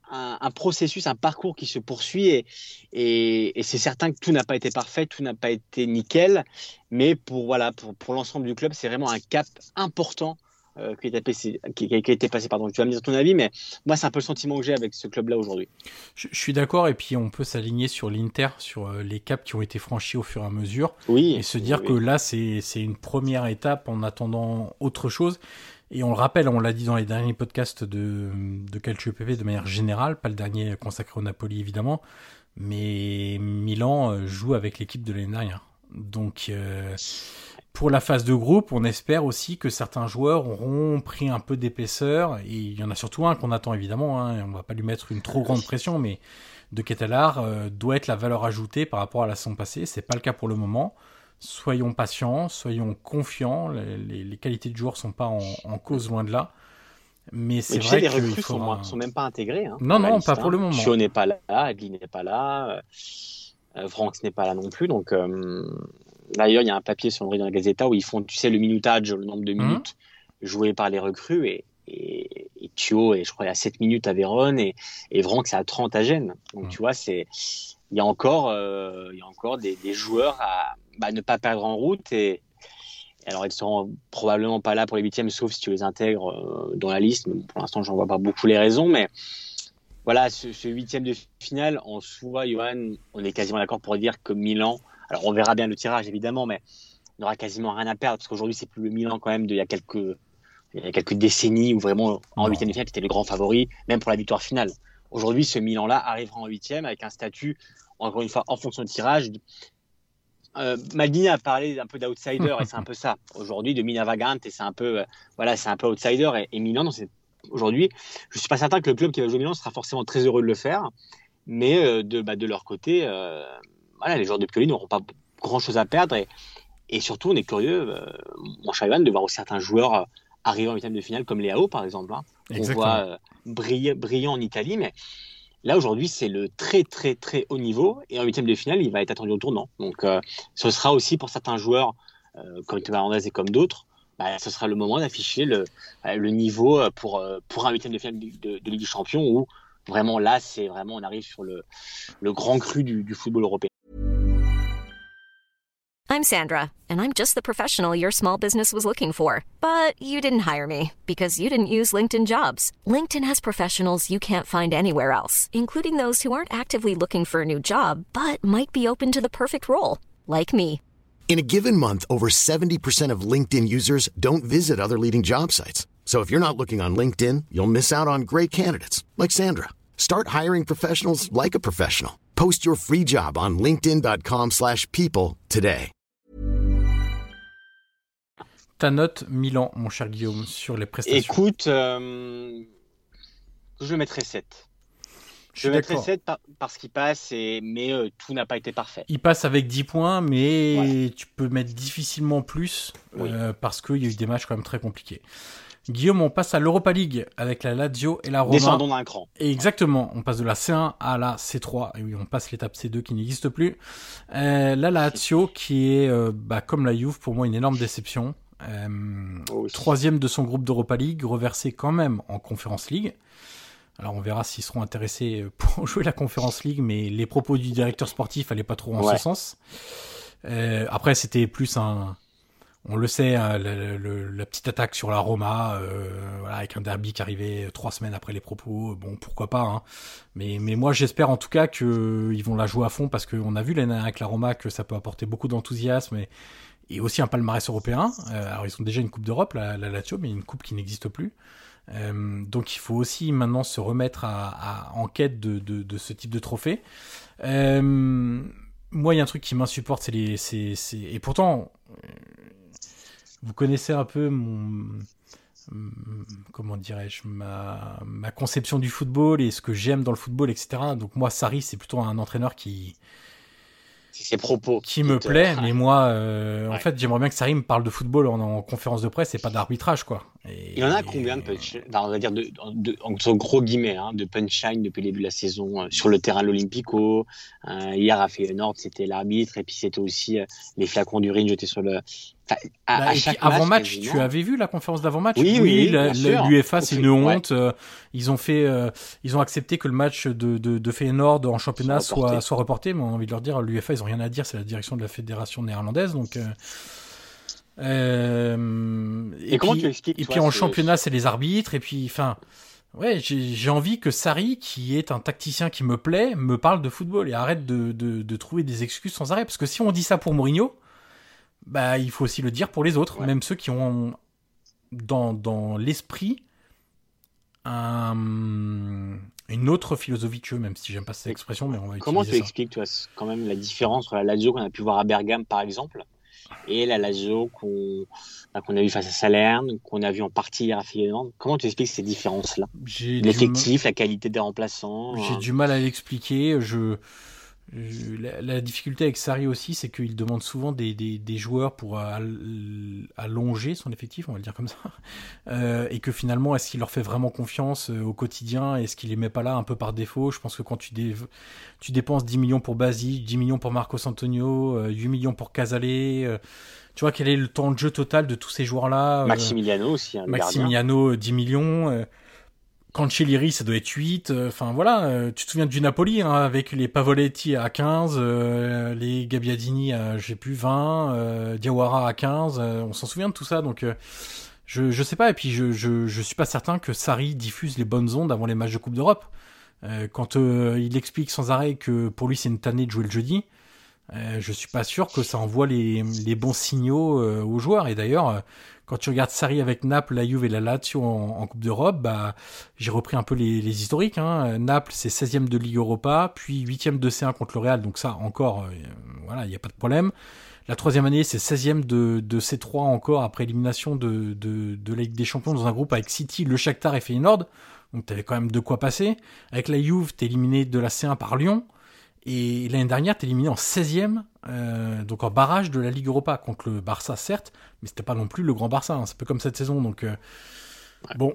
un, un processus, un parcours qui se poursuit et, et, et c'est certain que tout n'a pas été parfait, tout n'a pas été nickel, mais pour, voilà, pour, pour l'ensemble du club, c'est vraiment un cap important euh, qui, a été passé, qui, qui a été passé. Pardon. Tu vas me dire ton avis, mais moi, c'est un peu le sentiment que j'ai avec ce club-là aujourd'hui. Je, je suis d'accord, et puis on peut s'aligner sur l'Inter, sur euh, les caps qui ont été franchis au fur et à mesure, oui, et se dire oui, que oui. là, c'est, c'est une première étape en attendant autre chose. Et on le rappelle, on l'a dit dans les derniers podcasts de, de Calcio P P de manière générale, pas le dernier consacré au Napoli évidemment, mais Milan joue avec l'équipe de l'année dernière. Donc euh, pour la phase de groupe, on espère aussi que certains joueurs auront pris un peu d'épaisseur, et il y en a surtout un qu'on attend évidemment, hein, on va pas lui mettre une trop grande pression, mais De Ketelaere euh, doit être la valeur ajoutée par rapport à la saison passée, c'est pas le cas pour le moment. Soyons patients, soyons confiants. Les, les, les qualités de joueurs sont pas en, en cause, loin de là. Mais c'est Mais tu vrai sais, les qu'il recrues faudra... sont, sont même pas intégrées. Hein, non, non, liste, pas pour hein. le moment. Chio n'est pas là, Adli n'est pas là, euh, Franks n'est pas là non plus. Donc, euh, d'ailleurs, il y a un papier sur le dans la Gazzetta où ils font, tu sais, le minutage, le nombre de minutes mmh. jouées par les recrues. Et, et, et Chio, et je crois, il y a sept minutes à Vérone et, et Franks à trente à Gênes. Donc, mmh. tu vois, c'est... il y a encore, euh, il y a encore des, des joueurs à bah, ne pas perdre en route. Et alors, ils seront probablement pas là pour les huitièmes, sauf si tu les intègres euh, dans la liste. Mais pour l'instant, j'en vois pas beaucoup les raisons. Mais voilà, ce, ce huitième de finale, en soi, Johan, on est quasiment d'accord pour dire que Milan, alors on verra bien le tirage évidemment, mais on n'aura quasiment rien à perdre parce qu'aujourd'hui, c'est plus le Milan quand même d'il y a quelques, il y a quelques décennies où vraiment en huitième de finale, c'était le grand favori, même pour la victoire finale. Aujourd'hui, ce Milan-là arrivera en huitième avec un statut, encore une fois, en fonction du tirage. Euh, Maldini a parlé un peu d'outsider et c'est un peu ça. Aujourd'hui, de Mina Vagante, et c'est un peu, euh, voilà, c'est un peu outsider. Et, et Milan, dans cette... aujourd'hui, je suis pas certain que le club qui va jouer Milan sera forcément très heureux de le faire, mais euh, de, bah, de leur côté, euh, voilà, les joueurs de Pioli n'auront pas grand-chose à perdre et, et surtout, on est curieux, euh, mon cher Ivan, de voir aussi certains joueurs arriver en huitième de finale comme Leao, par exemple, hein, qu'on voit euh, briller, brillant en Italie, mais là, aujourd'hui, c'est le très, très, très haut niveau. Et en huitième de finale, il va être attendu au tournant. Donc, euh, ce sera aussi pour certains joueurs, euh, comme Théo Hernandez et comme d'autres, bah, ce sera le moment d'afficher le, le niveau pour, pour un huitième de finale de, de Ligue des Champions où vraiment, là, c'est vraiment, on arrive sur le, le grand cru du, du football européen. I'm Sandra, and I'm just the professional your small business was looking for. But you didn't hire me because you didn't use LinkedIn Jobs. LinkedIn has professionals you can't find anywhere else, including those who aren't actively looking for a new job, but might be open to the perfect role, like me. In a given month, over seventy percent of LinkedIn users don't visit other leading job sites. So if you're not looking on LinkedIn, you'll miss out on great candidates like Sandra. Start hiring professionals like a professional. Post your free job on linkedin.com slash people today. Ta note Milan, mon cher Guillaume, sur les prestations. Écoute, euh, je mettrais sept. Je, je mettrais sept par, parce qu'il passe, et, mais euh, tout n'a pas été parfait. Il passe avec dix points, mais ouais. tu peux mettre difficilement plus oui. euh, parce qu'il y a eu des matchs quand même très compliqués. Guillaume, on passe à l'Europa League avec la Lazio et la Roma. Descendons d'un cran. Et exactement, on passe de la C un à la C trois. Et oui, on passe l'étape C deux qui n'existe plus. Euh, la Lazio qui est, euh, bah, comme la Juve, pour moi, une énorme déception. Euh, oh oui. Troisième de son groupe d'Europa League, reversé quand même en Conference League. Alors on verra s'ils seront intéressés pour jouer la Conference League, mais les propos du directeur sportif n'allaient pas trop en ouais. ce sens. Euh, après c'était plus un, on le sait, hein, le, le, la petite attaque sur la Roma, euh, voilà, avec un derby qui arrivait trois semaines après les propos. Bon, pourquoi pas, hein. Mais mais moi j'espère en tout cas que ils vont la jouer à fond parce qu'on a vu l'année dernière avec la Roma que ça peut apporter beaucoup d'enthousiasme et et aussi un palmarès européen. Euh, alors ils ont déjà une Coupe d'Europe, la, la Lazio, mais une coupe qui n'existe plus. Euh, donc il faut aussi maintenant se remettre à, à, en quête de, de, de ce type de trophée. Euh, moi, il y a un truc qui m'insupporte, c'est les... C'est, c'est... Et pourtant, euh, vous connaissez un peu mon... Comment dirais-je ma, ma conception du football et ce que j'aime dans le football, et cetera. Donc moi, Sarri, c'est plutôt un entraîneur qui... C'est ses propos qui me plaît, mais moi, euh, ouais. en fait, j'aimerais bien que Sarri me parle de football en, en conférence de presse et pas d'arbitrage, quoi. Et, il en a et... combien de punch, enfin, on va dire de, de, entre gros guillemets, hein, de punchline depuis le début de la saison euh, sur le terrain de l'Olympico. Euh, hier à Feyenoord, c'était l'arbitre et puis c'était aussi euh, les flacons d'urine jetés sur le À, Bah, à et puis, chaque avant match, match, quasiment. tu avais vu la conférence d'avant-match? Oui, oui, la, bien la, sûr. l'U E F A, c'est une Ouais. honte. euh, Ils ont fait, euh, ils ont accepté que le match de, de, de Feyenoord en championnat Soit reporté. soit, soit reporté. Mais on a envie de leur dire, l'U E F A, ils ont rien à dire. C'est la direction de la fédération néerlandaise. Donc, euh, euh, Et comment puis, tu expliques, Et toi, puis en ce- championnat, c'est les arbitres. Et puis, enfin, ouais, j'ai, j'ai envie que Sarri, qui est un tacticien qui me plaît, me parle de football et arrête de, de, de trouver des excuses sans arrêt. Parce que si on dit ça pour Mourinho, bah, il faut aussi le dire pour les autres, Ouais. même ceux qui ont dans, dans l'esprit un, une autre philosophie que eux, même si j'aime pas cette expression, mais on va Comment tu utiliser ça. expliques, toi, c- quand même la différence entre la Lazio qu'on a pu voir à Bergame, par exemple, et la Lazio qu'on bah, qu'on a vu face à Salerne, qu'on a vu en partie hier à Feyenoord? Comment tu expliques ces différences-là? J'ai du, L'effectif, la qualité des remplaçants. j'ai euh, du mal à l'expliquer. Je, je- la, la difficulté avec Sarri aussi, c'est qu'il demande souvent des, des, des joueurs pour all- allonger son effectif, on va le dire comme ça. Euh, et que finalement, est-ce qu'il leur fait vraiment confiance euh, au quotidien? Est-ce qu'il les met pas là un peu par défaut? Je pense que quand tu, dé- tu dépenses dix millions pour Basic, dix millions pour Marcos Antonio, euh, huit millions pour Casale, euh, tu vois quel est le temps de jeu total de tous ces joueurs-là? euh, Maximiliano aussi, hein, le gardien. Maximiano, dix millions. Euh, Cancellieri, ça doit être huit. Enfin, euh, voilà. Euh, tu te souviens du Napoli, hein, avec les Pavoletti à quinze, euh, les Gabbiadini à, je sais plus, vingt, euh, Diawara à quinze. Euh, on s'en souvient de tout ça. Donc, euh, je, je sais pas. Et puis, je, je, je suis pas certain que Sarri diffuse les bonnes ondes avant les matchs de Coupe d'Europe. Euh, quand euh, il explique sans arrêt que pour lui, c'est une tannée de jouer le jeudi, euh, je suis pas sûr que ça envoie les, les bons signaux euh, aux joueurs. Et d'ailleurs, euh, quand tu regardes Sarri avec Naples, la Juve et la Lazio en, en Coupe d'Europe, bah, j'ai repris un peu les, les historiques. Hein. Naples, c'est seizième de Ligue Europa, puis huitième de C un contre le Real. Donc ça, encore, euh, voilà, il n'y a pas de problème. La troisième année, c'est seizième de, de C trois encore, après élimination de, de, de la Ligue des Champions dans un groupe avec City, le Shakhtar et Feyenoord. Donc t'avais quand même de quoi passer. Avec la Juve, t'es éliminé de la C un par Lyon. Et l'année dernière, t'es éliminé en seizième, euh, donc en barrage de la Ligue Europa contre le Barça, certes, mais c'était pas non plus le grand Barça. Hein, c'est un peu comme cette saison. Donc, euh, ouais. bon,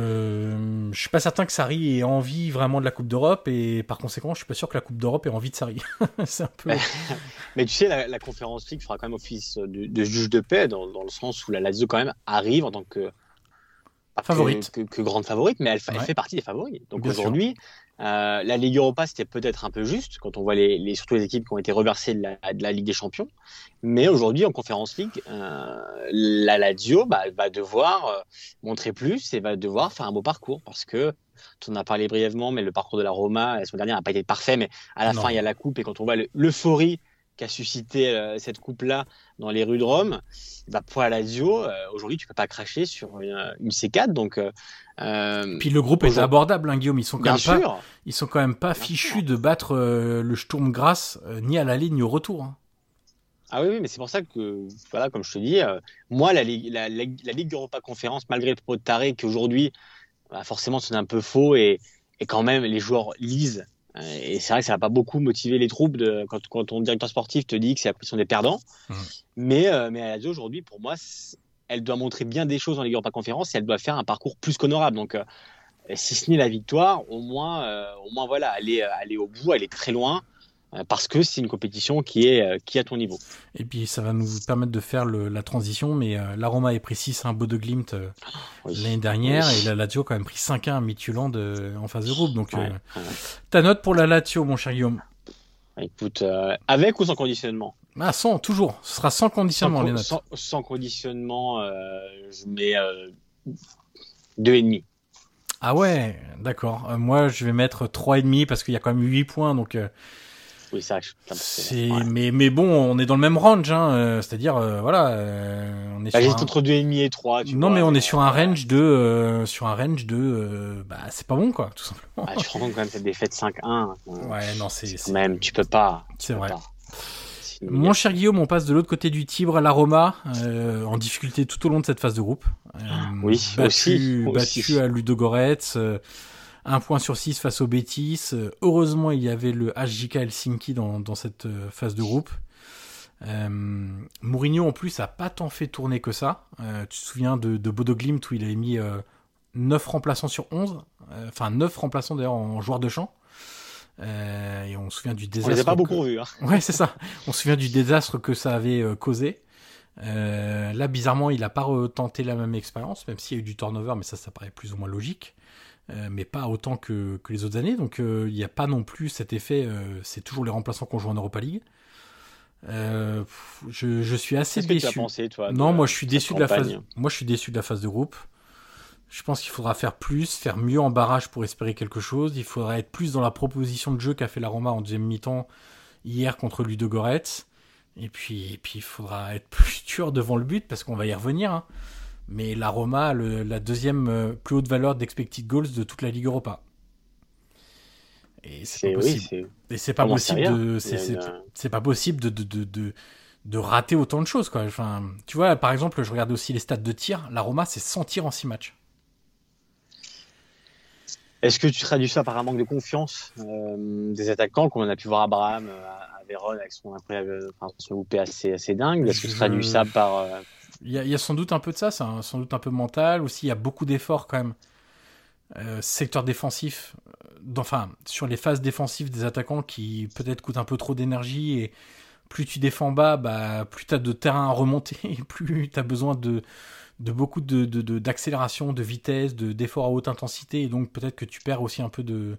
euh, je suis pas certain que Sarri ait envie vraiment de la Coupe d'Europe, et par conséquent, je suis pas sûr que la Coupe d'Europe ait envie de Sarri. C'est un peu. Mais, mais tu sais, la, la Conférence League fera quand même office de, de juge de paix, dans, dans le sens où la Lazio quand même arrive en tant que favorite, que, que, que grande favorite, mais elle, elle ouais. fait partie des favoris. Donc Bien aujourd'hui, euh, la Ligue Europa, c'était peut-être un peu juste quand on voit les, les surtout les équipes qui ont été reversées de la, de la Ligue des Champions. Mais aujourd'hui, en Conference League, euh, la Lazio bah, va devoir euh, montrer plus et va devoir faire un beau parcours, parce que tu en as parlé brièvement, mais le parcours de la Roma la semaine dernière n'a pas été parfait. Mais à la non. fin, il y a la coupe, et quand on voit l'euphorie qu'a suscité euh, cette coupe-là dans les rues de Rome, bah, pour la Lazio, euh, aujourd'hui, tu peux pas cracher sur une, une C quatre. Donc, euh, puis le groupe est abordable, hein, Guillaume. Ils sont quand bien même sûr. pas, ils sont quand même pas bien fichus sûr. de battre euh, le Sturm Graz euh, ni à l'aller ni au retour. Hein. Ah oui, oui, mais c'est pour ça que, voilà, comme je te dis, euh, moi, la, la, la, la Ligue Europa Conférence, malgré le propos de Tarek, qu'aujourd'hui, bah, forcément, c'est un peu faux, et, et quand même, les joueurs lisent. Et c'est vrai que ça va pas beaucoup motiver les troupes de, quand, quand ton directeur sportif te dit que c'est la pression des perdants. Mmh. Mais, euh, mais à la Lazio, aujourd'hui, pour moi, elle doit montrer bien des choses en Ligue Europa Conférence, et elle doit faire un parcours plus qu'honorable. Donc, euh, si ce n'est la victoire, au moins, euh, au moins voilà, aller, aller au bout, aller très loin, euh, parce que c'est une compétition qui est, euh, qui est à ton niveau. Et puis, ça va nous permettre de faire le, la transition, mais euh, la Roma est pris six à un Bodo Glimt euh, oui. l'année dernière, oui. et la Lazio a quand même pris cinq à un Midtjylland euh, en phase de groupe. Donc, ouais, euh, ouais. ta note pour la Lazio, mon cher Guillaume? Écoute, euh, avec ou sans conditionnement? Ah, sans, toujours. Ce sera sans conditionnement, sans, les notes. Sans, sans conditionnement, euh, je mets euh, deux virgule cinq. Ah ouais, d'accord. Euh, moi, je vais mettre trois virgule cinq parce qu'il y a quand même huit points, donc... Euh, oui, ça, c'est... Ouais. Mais, mais bon, on est dans le même range, hein, euh, c'est-à-dire, euh, voilà... Euh, on est bah, sur j'hésite un... entre deux virgule cinq et trois, tu Non, vois, mais on mais est sur un range de... Euh, sur un range de... Euh, bah, c'est pas bon, quoi, tout simplement. Ah, tu te rends compte quand même cette défaite cinq un. Ouais, non, c'est... c'est... Même, tu peux pas. Tu c'est peux vrai. Pas. Mon cher Guillaume, on passe de l'autre côté du Tibre à la Roma, euh, en difficulté tout au long de cette phase de groupe. Euh, oui, battu, aussi. Battu aussi. à Ludogorets, euh, un point sur six face au Betis. Euh, heureusement, il y avait le H J K Helsinki dans, dans cette euh, phase de groupe. Euh, Mourinho, en plus, a pas tant fait tourner que ça. Euh, tu te souviens de, de Bodo Glimt où il avait mis euh, neuf remplaçants sur onze, enfin euh, neuf remplaçants d'ailleurs en joueurs de champ. Euh, et on se souvient du désastre. On les a pas beaucoup que... revus. Hein. Ouais, c'est ça. On se souvient du désastre que ça avait euh, causé. Euh, là, bizarrement, il n'a pas retenté la même expérience, même s'il y a eu du turnover, mais ça, ça paraît plus ou moins logique. Euh, mais pas autant que, que les autres années. Donc, euh, il n'y a pas non plus cet effet. Euh, c'est toujours les remplaçants qu'on joue en Europa League. Euh, je, je suis assez Qu'est-ce déçu. que tu as pensé, toi, non, de moi, je suis déçu de la phase. campagne Moi, je suis déçu de la phase de groupe. Je pense qu'il faudra faire plus, faire mieux en barrage pour espérer quelque chose. Il faudra être plus dans la proposition de jeu qu'a fait la Roma en deuxième mi-temps hier contre Ludogorets. Et puis, et puis, il faudra être plus dur devant le but parce qu'on va y revenir. Hein. Mais la Roma a le, la deuxième plus haute valeur d'expected goals de toute la Ligue Europa. Et c'est, c'est pas possible. Oui, c'est... Et c'est pas Comment possible c'est de, c'est, c'est, une... c'est pas possible de, de, de, de, de rater autant de choses, quoi. Enfin, tu vois, par exemple, je regardais aussi les stats de tir. La Roma, c'est cent tirs en six matchs. Est-ce que tu traduis ça par un manque de confiance euh, des attaquants, comme on a pu voir Abraham à, à Vérone avec son incroyable, enfin, son loupé assez, assez dingue? Est-ce que tu traduis ça par euh... Il y, a, il y a sans doute un peu de ça, c'est un, sans doute un peu mental aussi. Il y a beaucoup d'efforts quand même. Euh, secteur défensif, euh, enfin sur les phases défensives des attaquants qui peut-être coûtent un peu trop d'énergie, et plus tu défends bas, bah, plus tu as de terrain à remonter, et plus tu as besoin de, de beaucoup de, de, de, d'accélération, de vitesse, de, d'efforts à haute intensité, et donc peut-être que tu perds aussi un peu de,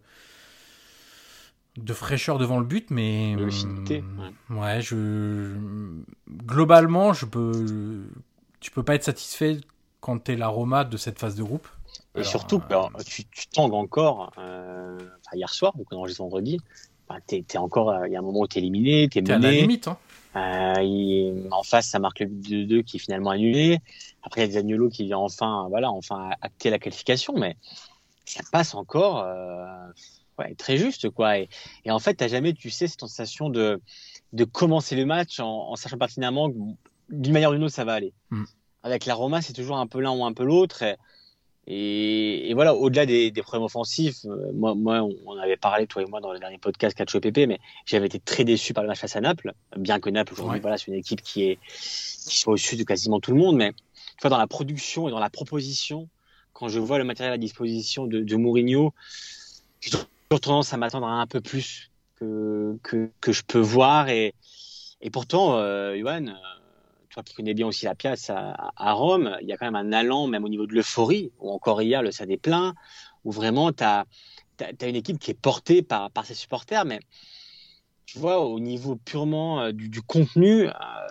de fraîcheur devant le but, mais de lucidité. Ouais, ouais je, globalement, je peux, tu peux pas être satisfait quand t'es la Roma de cette phase de groupe. Et Alors, surtout, euh... alors, tu, tu tangues encore, euh, enfin, hier soir, donc on enregistre vendredi, enfin, t'es, t'es encore, il y a un moment où t'es éliminé, t'es, t'es mené. à la limite. Hein. Euh, il, en face, ça marque le but de deux qui est finalement annulé. Après, il y a Zaniolo qui vient enfin, voilà, enfin acter la qualification, mais ça passe encore euh, ouais, très juste, quoi. Et, et en fait, t'as jamais, tu sais, cette sensation de, de commencer le match en, en sachant pertinemment que d'une manière ou d'une autre, ça va aller. Mm. Avec la Roma, c'est toujours un peu l'un ou un peu l'autre. Et, Et, et voilà, au-delà des, des problèmes offensifs, euh, moi, moi, on avait parlé, toi et moi, dans le dernier podcast Calcio P P, mais j'avais été très déçu par le match face à Naples, bien que Naples, aujourd'hui, ouais. voilà, c'est une équipe qui est, qui soit au-dessus de quasiment tout le monde, mais tu vois, dans la production et dans la proposition, quand je vois le matériel à disposition de, de Mourinho, j'ai toujours tendance à m'attendre à un peu plus que, que, que je peux voir, et, et pourtant, euh, Yoann, toi qui connais bien aussi la Piazza à, à Rome, il y a quand même un allant, même au niveau de l'euphorie, ou encore hier, le stade est plein, où vraiment tu as une équipe qui est portée par, par ses supporters, mais tu vois, au niveau purement euh, du, du contenu, euh,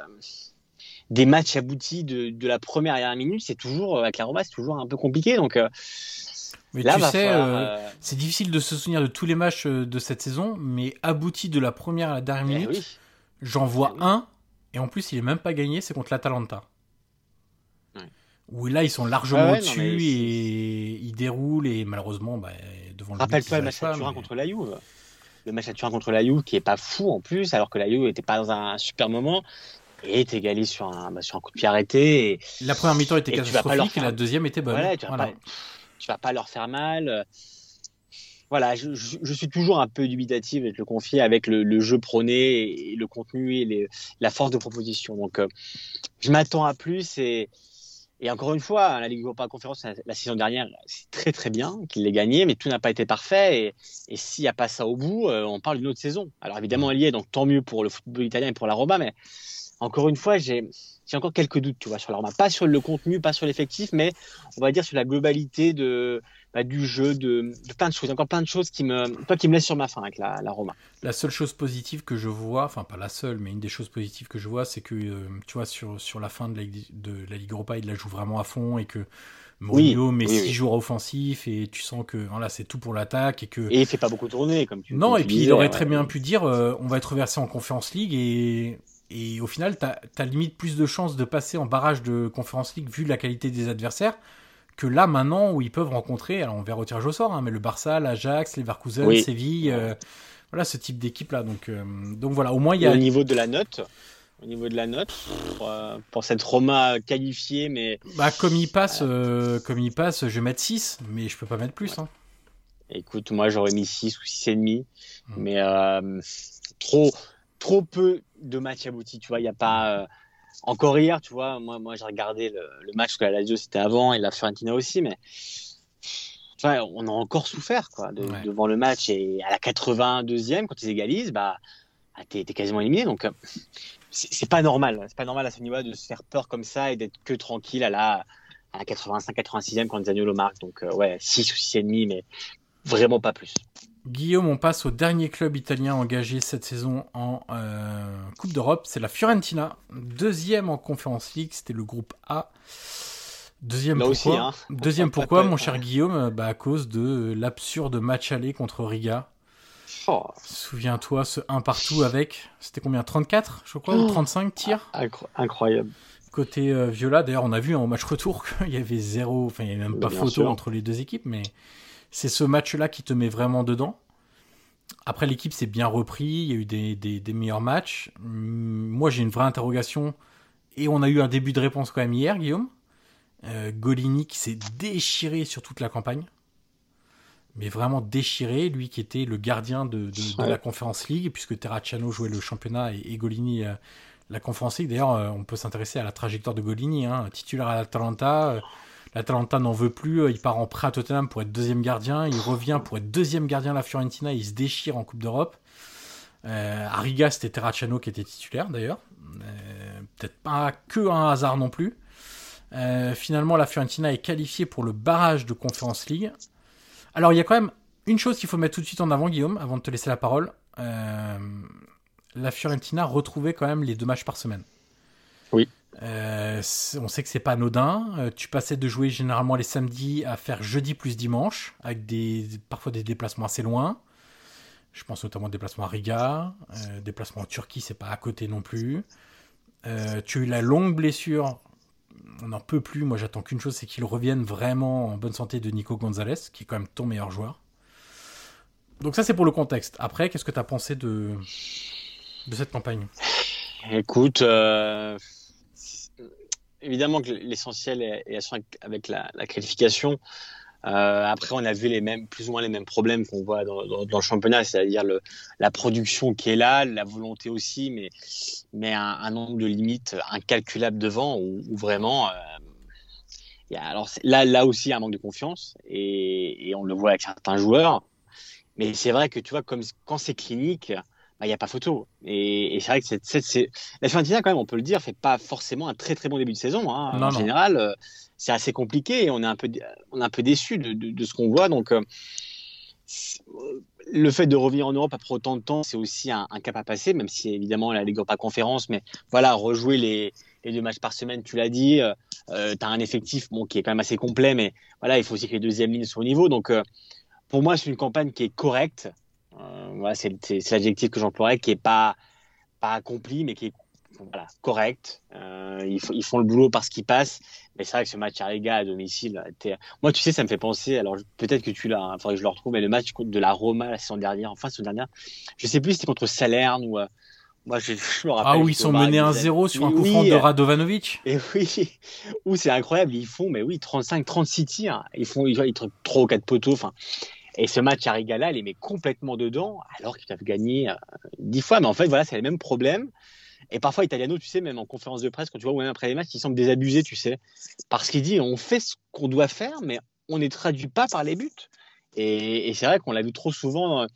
des matchs aboutis de, de la première à la dernière minute, c'est toujours, avec la Roma, c'est toujours un peu compliqué, donc... Euh, mais là, tu sais, falloir, euh, euh... c'est difficile de se souvenir de tous les matchs de cette saison, mais aboutis de la première à la dernière minute, eh oui. j'en vois eh oui. un. Et en plus, il n'est même pas gagné, c'est contre l'Atalanta. Ouais. Où là, ils sont largement ah ouais, au-dessus non, et ils déroulent. Et malheureusement, bah, devant le rappelle-toi le match à Turin mais... contre la Juve. Le match à Turin contre la Juve qui n'est pas fou en plus, alors que la Juve n'était pas dans un super moment. Et est égalé sur un, bah, sur un coup de pied arrêté. Et... La première mi-temps était et catastrophique faire... et la deuxième était bonne. Voilà, tu ne vas, voilà. vas pas leur faire mal. Voilà, je, je, je suis toujours un peu dubitatif, je vais te le confier, avec le, le jeu prôné et le contenu et les, la force de proposition. Donc, euh, je m'attends à plus. Et, et encore une fois, la Ligue Europa Conférence, la, la saison dernière, c'est très très bien qu'il l'ait gagné, mais tout n'a pas été parfait. Et, et s'il n'y a pas ça au bout, euh, on parle d'une autre saison. Alors évidemment, elle y est, donc tant mieux pour le football italien et pour la Roma, mais encore une fois, j'ai, j'ai encore quelques doutes, tu vois, sur la Roma. Pas sur le contenu, pas sur l'effectif, mais on va dire sur la globalité de... Bah, du jeu, de, de plein de choses. Encore plein de choses qui me, toi, qui me laissent sur ma faim avec la, la Roma. La seule chose positive que je vois, enfin pas la seule, mais une des choses positives que je vois, c'est que euh, tu vois, sur, sur la fin de la, de la Ligue Europa, il la joue vraiment à fond et que Mourinho oui, met oui, six oui. joueurs offensifs et tu sens que voilà, c'est tout pour l'attaque. Et, que... et il fait pas beaucoup tourner, comme tu Non, comme et tu puis disais, il aurait ouais. très bien pu dire euh, on va être reversé en Conference League et. Et au final, tu as limite plus de chances de passer en barrage de Conference League vu la qualité des adversaires que là, maintenant, où ils peuvent rencontrer, alors on verra au tirage au sort, hein, mais le Barça, l'Ajax, Leverkusen, oui. Séville, euh, voilà ce type d'équipe-là. Donc, euh, donc voilà, au moins il y a... Au niveau de la note, au niveau de la note, pour, pour cette Roma qualifiée, mais... Bah, comme il passe, euh, comme il passe, je vais mettre six, mais je peux pas mettre plus. Ouais. Hein. Écoute, moi j'aurais mis six ou six virgule cinq, mmh. mais euh, trop... trop peu de matchs aboutis, tu vois, il n'y a pas... Euh... Encore hier, tu vois, moi, moi j'ai regardé le, le match que la Lazio c'était avant et la Fiorentina aussi, mais tu vois, on a encore souffert quoi, de, ouais. devant le match. Et à la quatre-vingt-deuxième, quand ils égalisent, bah, ah, t'es, t'es quasiment éliminé. Donc, euh, c'est, c'est pas normal. C'est pas normal à ce niveau-là de se faire peur comme ça et d'être que tranquille à la, à la quatre-vingt-cinq quatre-vingt-sixième quand Zaniolo marque. Donc, euh, ouais, six ou six et demi, mais vraiment pas plus. Guillaume, on passe au dernier club italien engagé cette saison en euh, Coupe d'Europe. C'est la Fiorentina, deuxième en Conference League. C'était le groupe A. Deuxième Là pourquoi, aussi, hein. Deuxième pourquoi, mon cher Guillaume, bah à cause de l'absurde match aller contre Riga. Oh. Souviens-toi, ce un partout avec, c'était combien, trente-quatre, je crois, oh. ou trente-cinq tirs. Incro- incroyable. Côté euh, Viola, d'ailleurs, on a vu hein, au match retour qu'il y avait zéro, enfin, il n'y avait même pas Bien photo sûr. entre les deux équipes, mais c'est ce match-là qui te met vraiment dedans. Après, l'équipe s'est bien repris, il y a eu des, des, des meilleurs matchs. Moi, j'ai une vraie interrogation, et on a eu un début de réponse quand même hier, Guillaume. Euh, Golini qui s'est déchiré sur toute la campagne, mais vraiment déchiré, lui qui était le gardien de, de, de la Conference League, puisque Terracciano jouait le championnat et, et Golini euh, la Conference League. D'ailleurs, euh, on peut s'intéresser à la trajectoire de Golini, hein, titulaire à l'Atalanta. Euh, L'Atalanta n'en veut plus, euh, il part en prêt à Tottenham pour être deuxième gardien, il revient pour être deuxième gardien à la Fiorentina, il se déchire en Coupe d'Europe. Euh, à Riga, c'était Terracciano qui était titulaire d'ailleurs. Euh, peut-être pas que un hasard non plus. Euh, finalement, la Fiorentina est qualifiée pour le barrage de Conference League. Alors, il y a quand même une chose qu'il faut mettre tout de suite en avant, Guillaume, avant de te laisser la parole. Euh, la Fiorentina retrouvait quand même les deux matchs par semaine. Oui. Euh, on sait que c'est pas anodin. Euh, tu passais de jouer généralement les samedis à faire jeudi plus dimanche, avec des, parfois des déplacements assez loin. Je pense notamment aux déplacements à Riga, euh, déplacements en Turquie, c'est pas à côté non plus. Euh, tu as eu la longue blessure. On n'en peut plus. Moi, j'attends qu'une chose, c'est qu'il revienne vraiment en bonne santé de Nico Gonzalez, qui est quand même ton meilleur joueur. Donc ça, c'est pour le contexte. Après, qu'est-ce que tu as pensé de, de cette campagne ? Écoute, euh, évidemment que l'essentiel est, est assuré avec la, la qualification. Euh, après, on a vu les mêmes, plus ou moins les mêmes problèmes qu'on voit dans, dans, dans le championnat, c'est-à-dire le, la production qui est là, la volonté aussi, mais, mais un, un nombre de limites incalculables devant, où, où vraiment, euh, y a, alors là, là aussi, il y a un manque de confiance, et, et on le voit avec certains joueurs. Mais c'est vrai que tu vois, comme quand c'est clinique, il bah, n'y a pas photo. Et, et c'est vrai que c'est, c'est, c'est... la Fiorentina, quand même, on peut le dire, fait pas forcément un très très bon début de saison. Hein. Non, en non. général, euh, c'est assez compliqué et on est un peu, on est un peu déçu de, de, de ce qu'on voit. Donc, euh, le fait de revenir en Europe après autant de temps, c'est aussi un, un cap à passer, même si évidemment la Ligue Europa Conférence, mais voilà, rejouer les, les deux matchs par semaine, tu l'as dit, euh, tu as un effectif bon, qui est quand même assez complet, mais voilà, il faut aussi que les deuxièmes lignes soient au niveau. Donc, euh, pour moi, c'est une campagne qui est correcte. Euh, voilà, c'est, c'est, c'est l'adjectif que j'emploierais, qui est pas pas accompli, mais qui est voilà, correct. Euh, ils, f- ils font le boulot parce qu'ils passent. Mais c'est vrai que ce match à Riga à domicile, était... moi, tu sais, ça me fait penser. Alors peut-être que tu l'as, il hein, faudrait que je le retrouve. Mais le match de la Roma la saison dernière, enfin saison dernière, je sais plus si c'était contre Salerne ou. Euh... Moi, je, je me rappelle. Ah oui, ils sont menés un zéro sur un coup franc oui, de Radovanovic. Et oui, où c'est incroyable. Ils font, mais oui, trente-cinq trente-six tirs. Ils font, ils, ils trouvent trois ou quatre poteaux. Enfin. Et ce match à Riga, là, il les met complètement dedans, alors qu'ils peuvent gagner euh, dix fois. Mais en fait, voilà, c'est les mêmes problèmes. Et parfois, Italiano, tu sais, même en conférence de presse, quand tu vois, ou même après les matchs, il semble désabusé, tu sais. Parce qu'il dit, on fait ce qu'on doit faire, mais on n'est traduit pas par les buts. Et, et c'est vrai qu'on l'a vu trop souvent euh,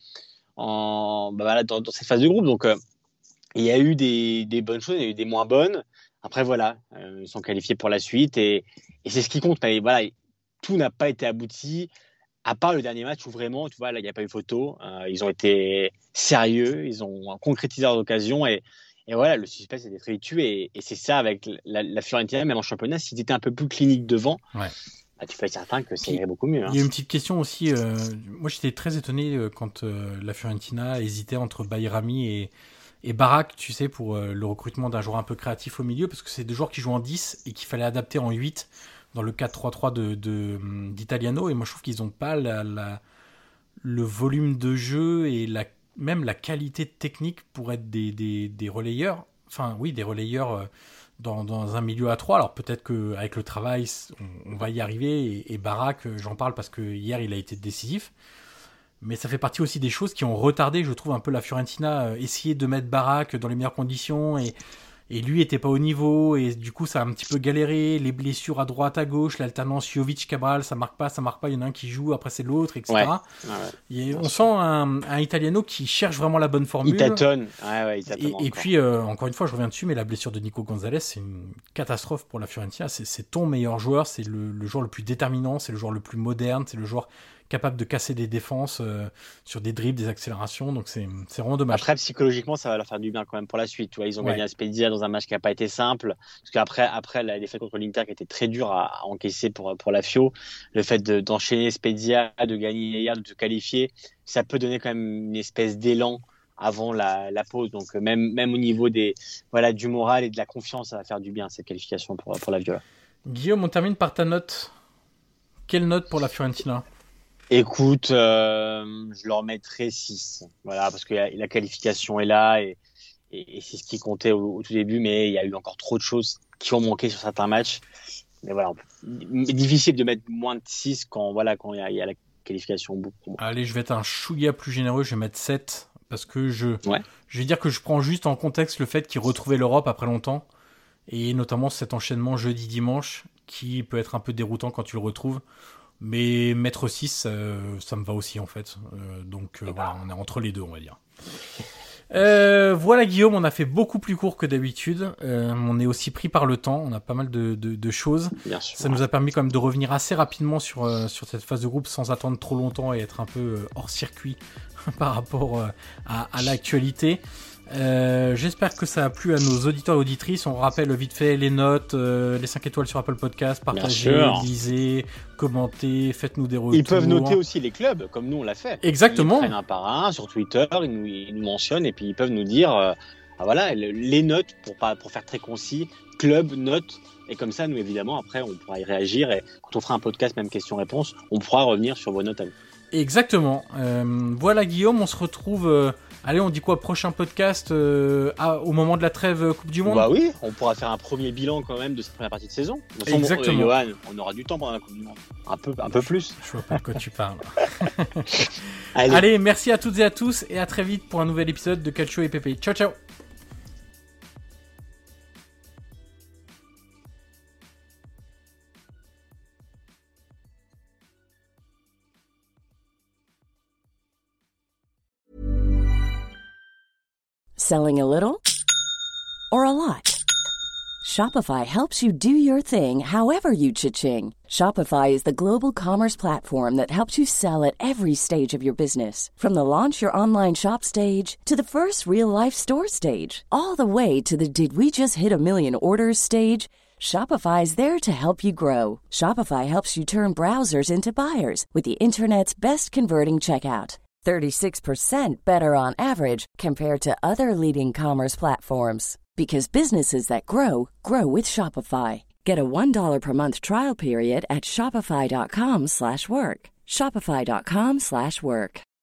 en, bah voilà, dans, dans cette phase de groupe. Donc, euh, il y a eu des, des bonnes choses, il y a eu des moins bonnes. Après, voilà, euh, ils sont qualifiés pour la suite. Et, et c'est ce qui compte. Mais voilà, tout n'a pas été abouti. À part le dernier match où vraiment, tu vois, là, il n'y a pas eu photo. Euh, ils ont été sérieux, ils ont concrétisé leurs occasions et, et voilà, le suspense était très tué. Et, et c'est ça avec la, la Fiorentina, même en championnat, si tu étais un peu plus clinique devant, ouais. bah, tu peux être certain que ça irait beaucoup mieux. Hein. Il y a une petite question aussi. Euh, moi, j'étais très étonné euh, quand euh, la Fiorentina hésitait entre Bayrami et, et Barak, tu sais, pour euh, le recrutement d'un joueur un peu créatif au milieu, parce que c'est deux joueurs qui jouent en dix et qu'il fallait adapter en huit. Dans le quatre trois trois de, de, d'Italiano, et moi je trouve qu'ils n'ont pas la, la, le volume de jeu et la, même la qualité technique pour être des, des, des relayeurs, enfin oui, des relayeurs dans, dans un milieu à trois. Alors peut-être qu'avec le travail, on, on va y arriver, et, et Barak, j'en parle parce que hier il a été décisif, mais ça fait partie aussi des choses qui ont retardé, je trouve, un peu la Fiorentina, essayer de mettre Barak dans les meilleures conditions, et Et lui était pas au niveau, et du coup ça a un petit peu galéré, les blessures à droite, à gauche, l'alternance Jovic-Cabral, ça marque pas, ça marque pas, il y en a un qui joue, après c'est l'autre, et cetera. Ouais. Ouais, ouais. Et on sent un, un Italiano qui cherche vraiment la bonne formule. Il tâtonne. Ouais, ouais, il tâtonne et, et puis, euh, encore une fois, je reviens dessus, mais la blessure de Nico Gonzalez, c'est une catastrophe pour la Fiorentina. C'est, c'est ton meilleur joueur, c'est le, le joueur le plus déterminant, c'est le joueur le plus moderne, c'est le joueur capable de casser des défenses euh, sur des dribbles, des accélérations, donc c'est, c'est vraiment dommage. Après, psychologiquement, ça va leur faire du bien quand même pour la suite. Tu vois, ils ont ouais. gagné à Spezia dans un match qui n'a pas été simple, parce qu'après après la défaite contre l'Inter qui était très dure à, à encaisser pour, pour la Fio, le fait de, d'enchaîner Spezia, de gagner hier, de se qualifier, ça peut donner quand même une espèce d'élan avant la, la pause. Donc même, même au niveau des, voilà, du moral et de la confiance, ça va faire du bien cette qualification pour, pour la Viola. Guillaume, on termine par ta note. Quelle note pour la Fiorentina ? Écoute, euh, je leur mettrai six. Voilà, parce que la, la qualification est là et, et, et c'est ce qui comptait au, au tout début, mais il y a eu encore trop de choses qui ont manqué sur certains matchs. Mais voilà, difficile de mettre moins de six quand voilà quand il y a, il y a la qualification au bout. Allez, je vais être un chouïa plus généreux, je vais mettre sept parce que je, ouais. je vais dire que je prends juste en contexte le fait qu'ils retrouvaient l'Europe après longtemps et notamment cet enchaînement jeudi-dimanche qui peut être un peu déroutant quand tu le retrouves. Mais mettre six, euh, ça me va aussi en fait. Euh, donc euh, voilà, on est entre les deux, on va dire. Euh, voilà Guillaume, on a fait beaucoup plus court que d'habitude. Euh, on est aussi pris par le temps, on a pas mal de, de, de choses. Bien sûr. Ça nous a permis quand même de revenir assez rapidement sur, euh, sur cette phase de groupe sans attendre trop longtemps et être un peu euh, hors circuit par rapport euh, à, à l'actualité. Euh, j'espère que ça a plu à nos auditeurs et auditrices. On rappelle vite fait les notes, euh, les cinq étoiles sur Apple Podcast, partagez, lisez, commentez, faites-nous des retours. Ils peuvent noter aussi les clubs, comme nous on l'a fait. Exactement. Ils prennent un par un sur Twitter, ils nous, ils nous mentionnent et puis ils peuvent nous dire euh, ah, voilà, les notes, pour, pas, pour faire très concis, club, notes. Et comme ça, nous évidemment, après, on pourra y réagir et quand on fera un podcast, même question-réponse, on pourra revenir sur vos notes à vous. Exactement. Euh, voilà Guillaume, on se retrouve... Euh... Allez, on dit quoi, prochain podcast euh, à, au moment de la trêve Coupe du Monde ? Bah oui, on pourra faire un premier bilan quand même de cette première partie de saison. De toute façon, exactement. Bon, euh, Johan, on aura du temps pendant la Coupe du Monde. Un peu, un peu plus. Je vois pas de quoi tu parles. Allez. Allez, merci à toutes et à tous et à très vite pour un nouvel épisode de Calcio et Pépé. Ciao, ciao. Selling a little or a lot? Shopify helps you do your thing however you cha-ching. Shopify is the global commerce platform that helps you sell at every stage of your business. From the launch your online shop stage to the first real-life store stage, all the way to the did we just hit a million orders stage. Shopify is there to help you grow. Shopify helps you turn browsers into buyers with the internet's best converting checkout. thirty-six percent better on average compared to other leading commerce platforms. Because businesses that grow, grow with Shopify. Get a one dollar per month trial period at shopify.com slash work. Shopify.com slash work.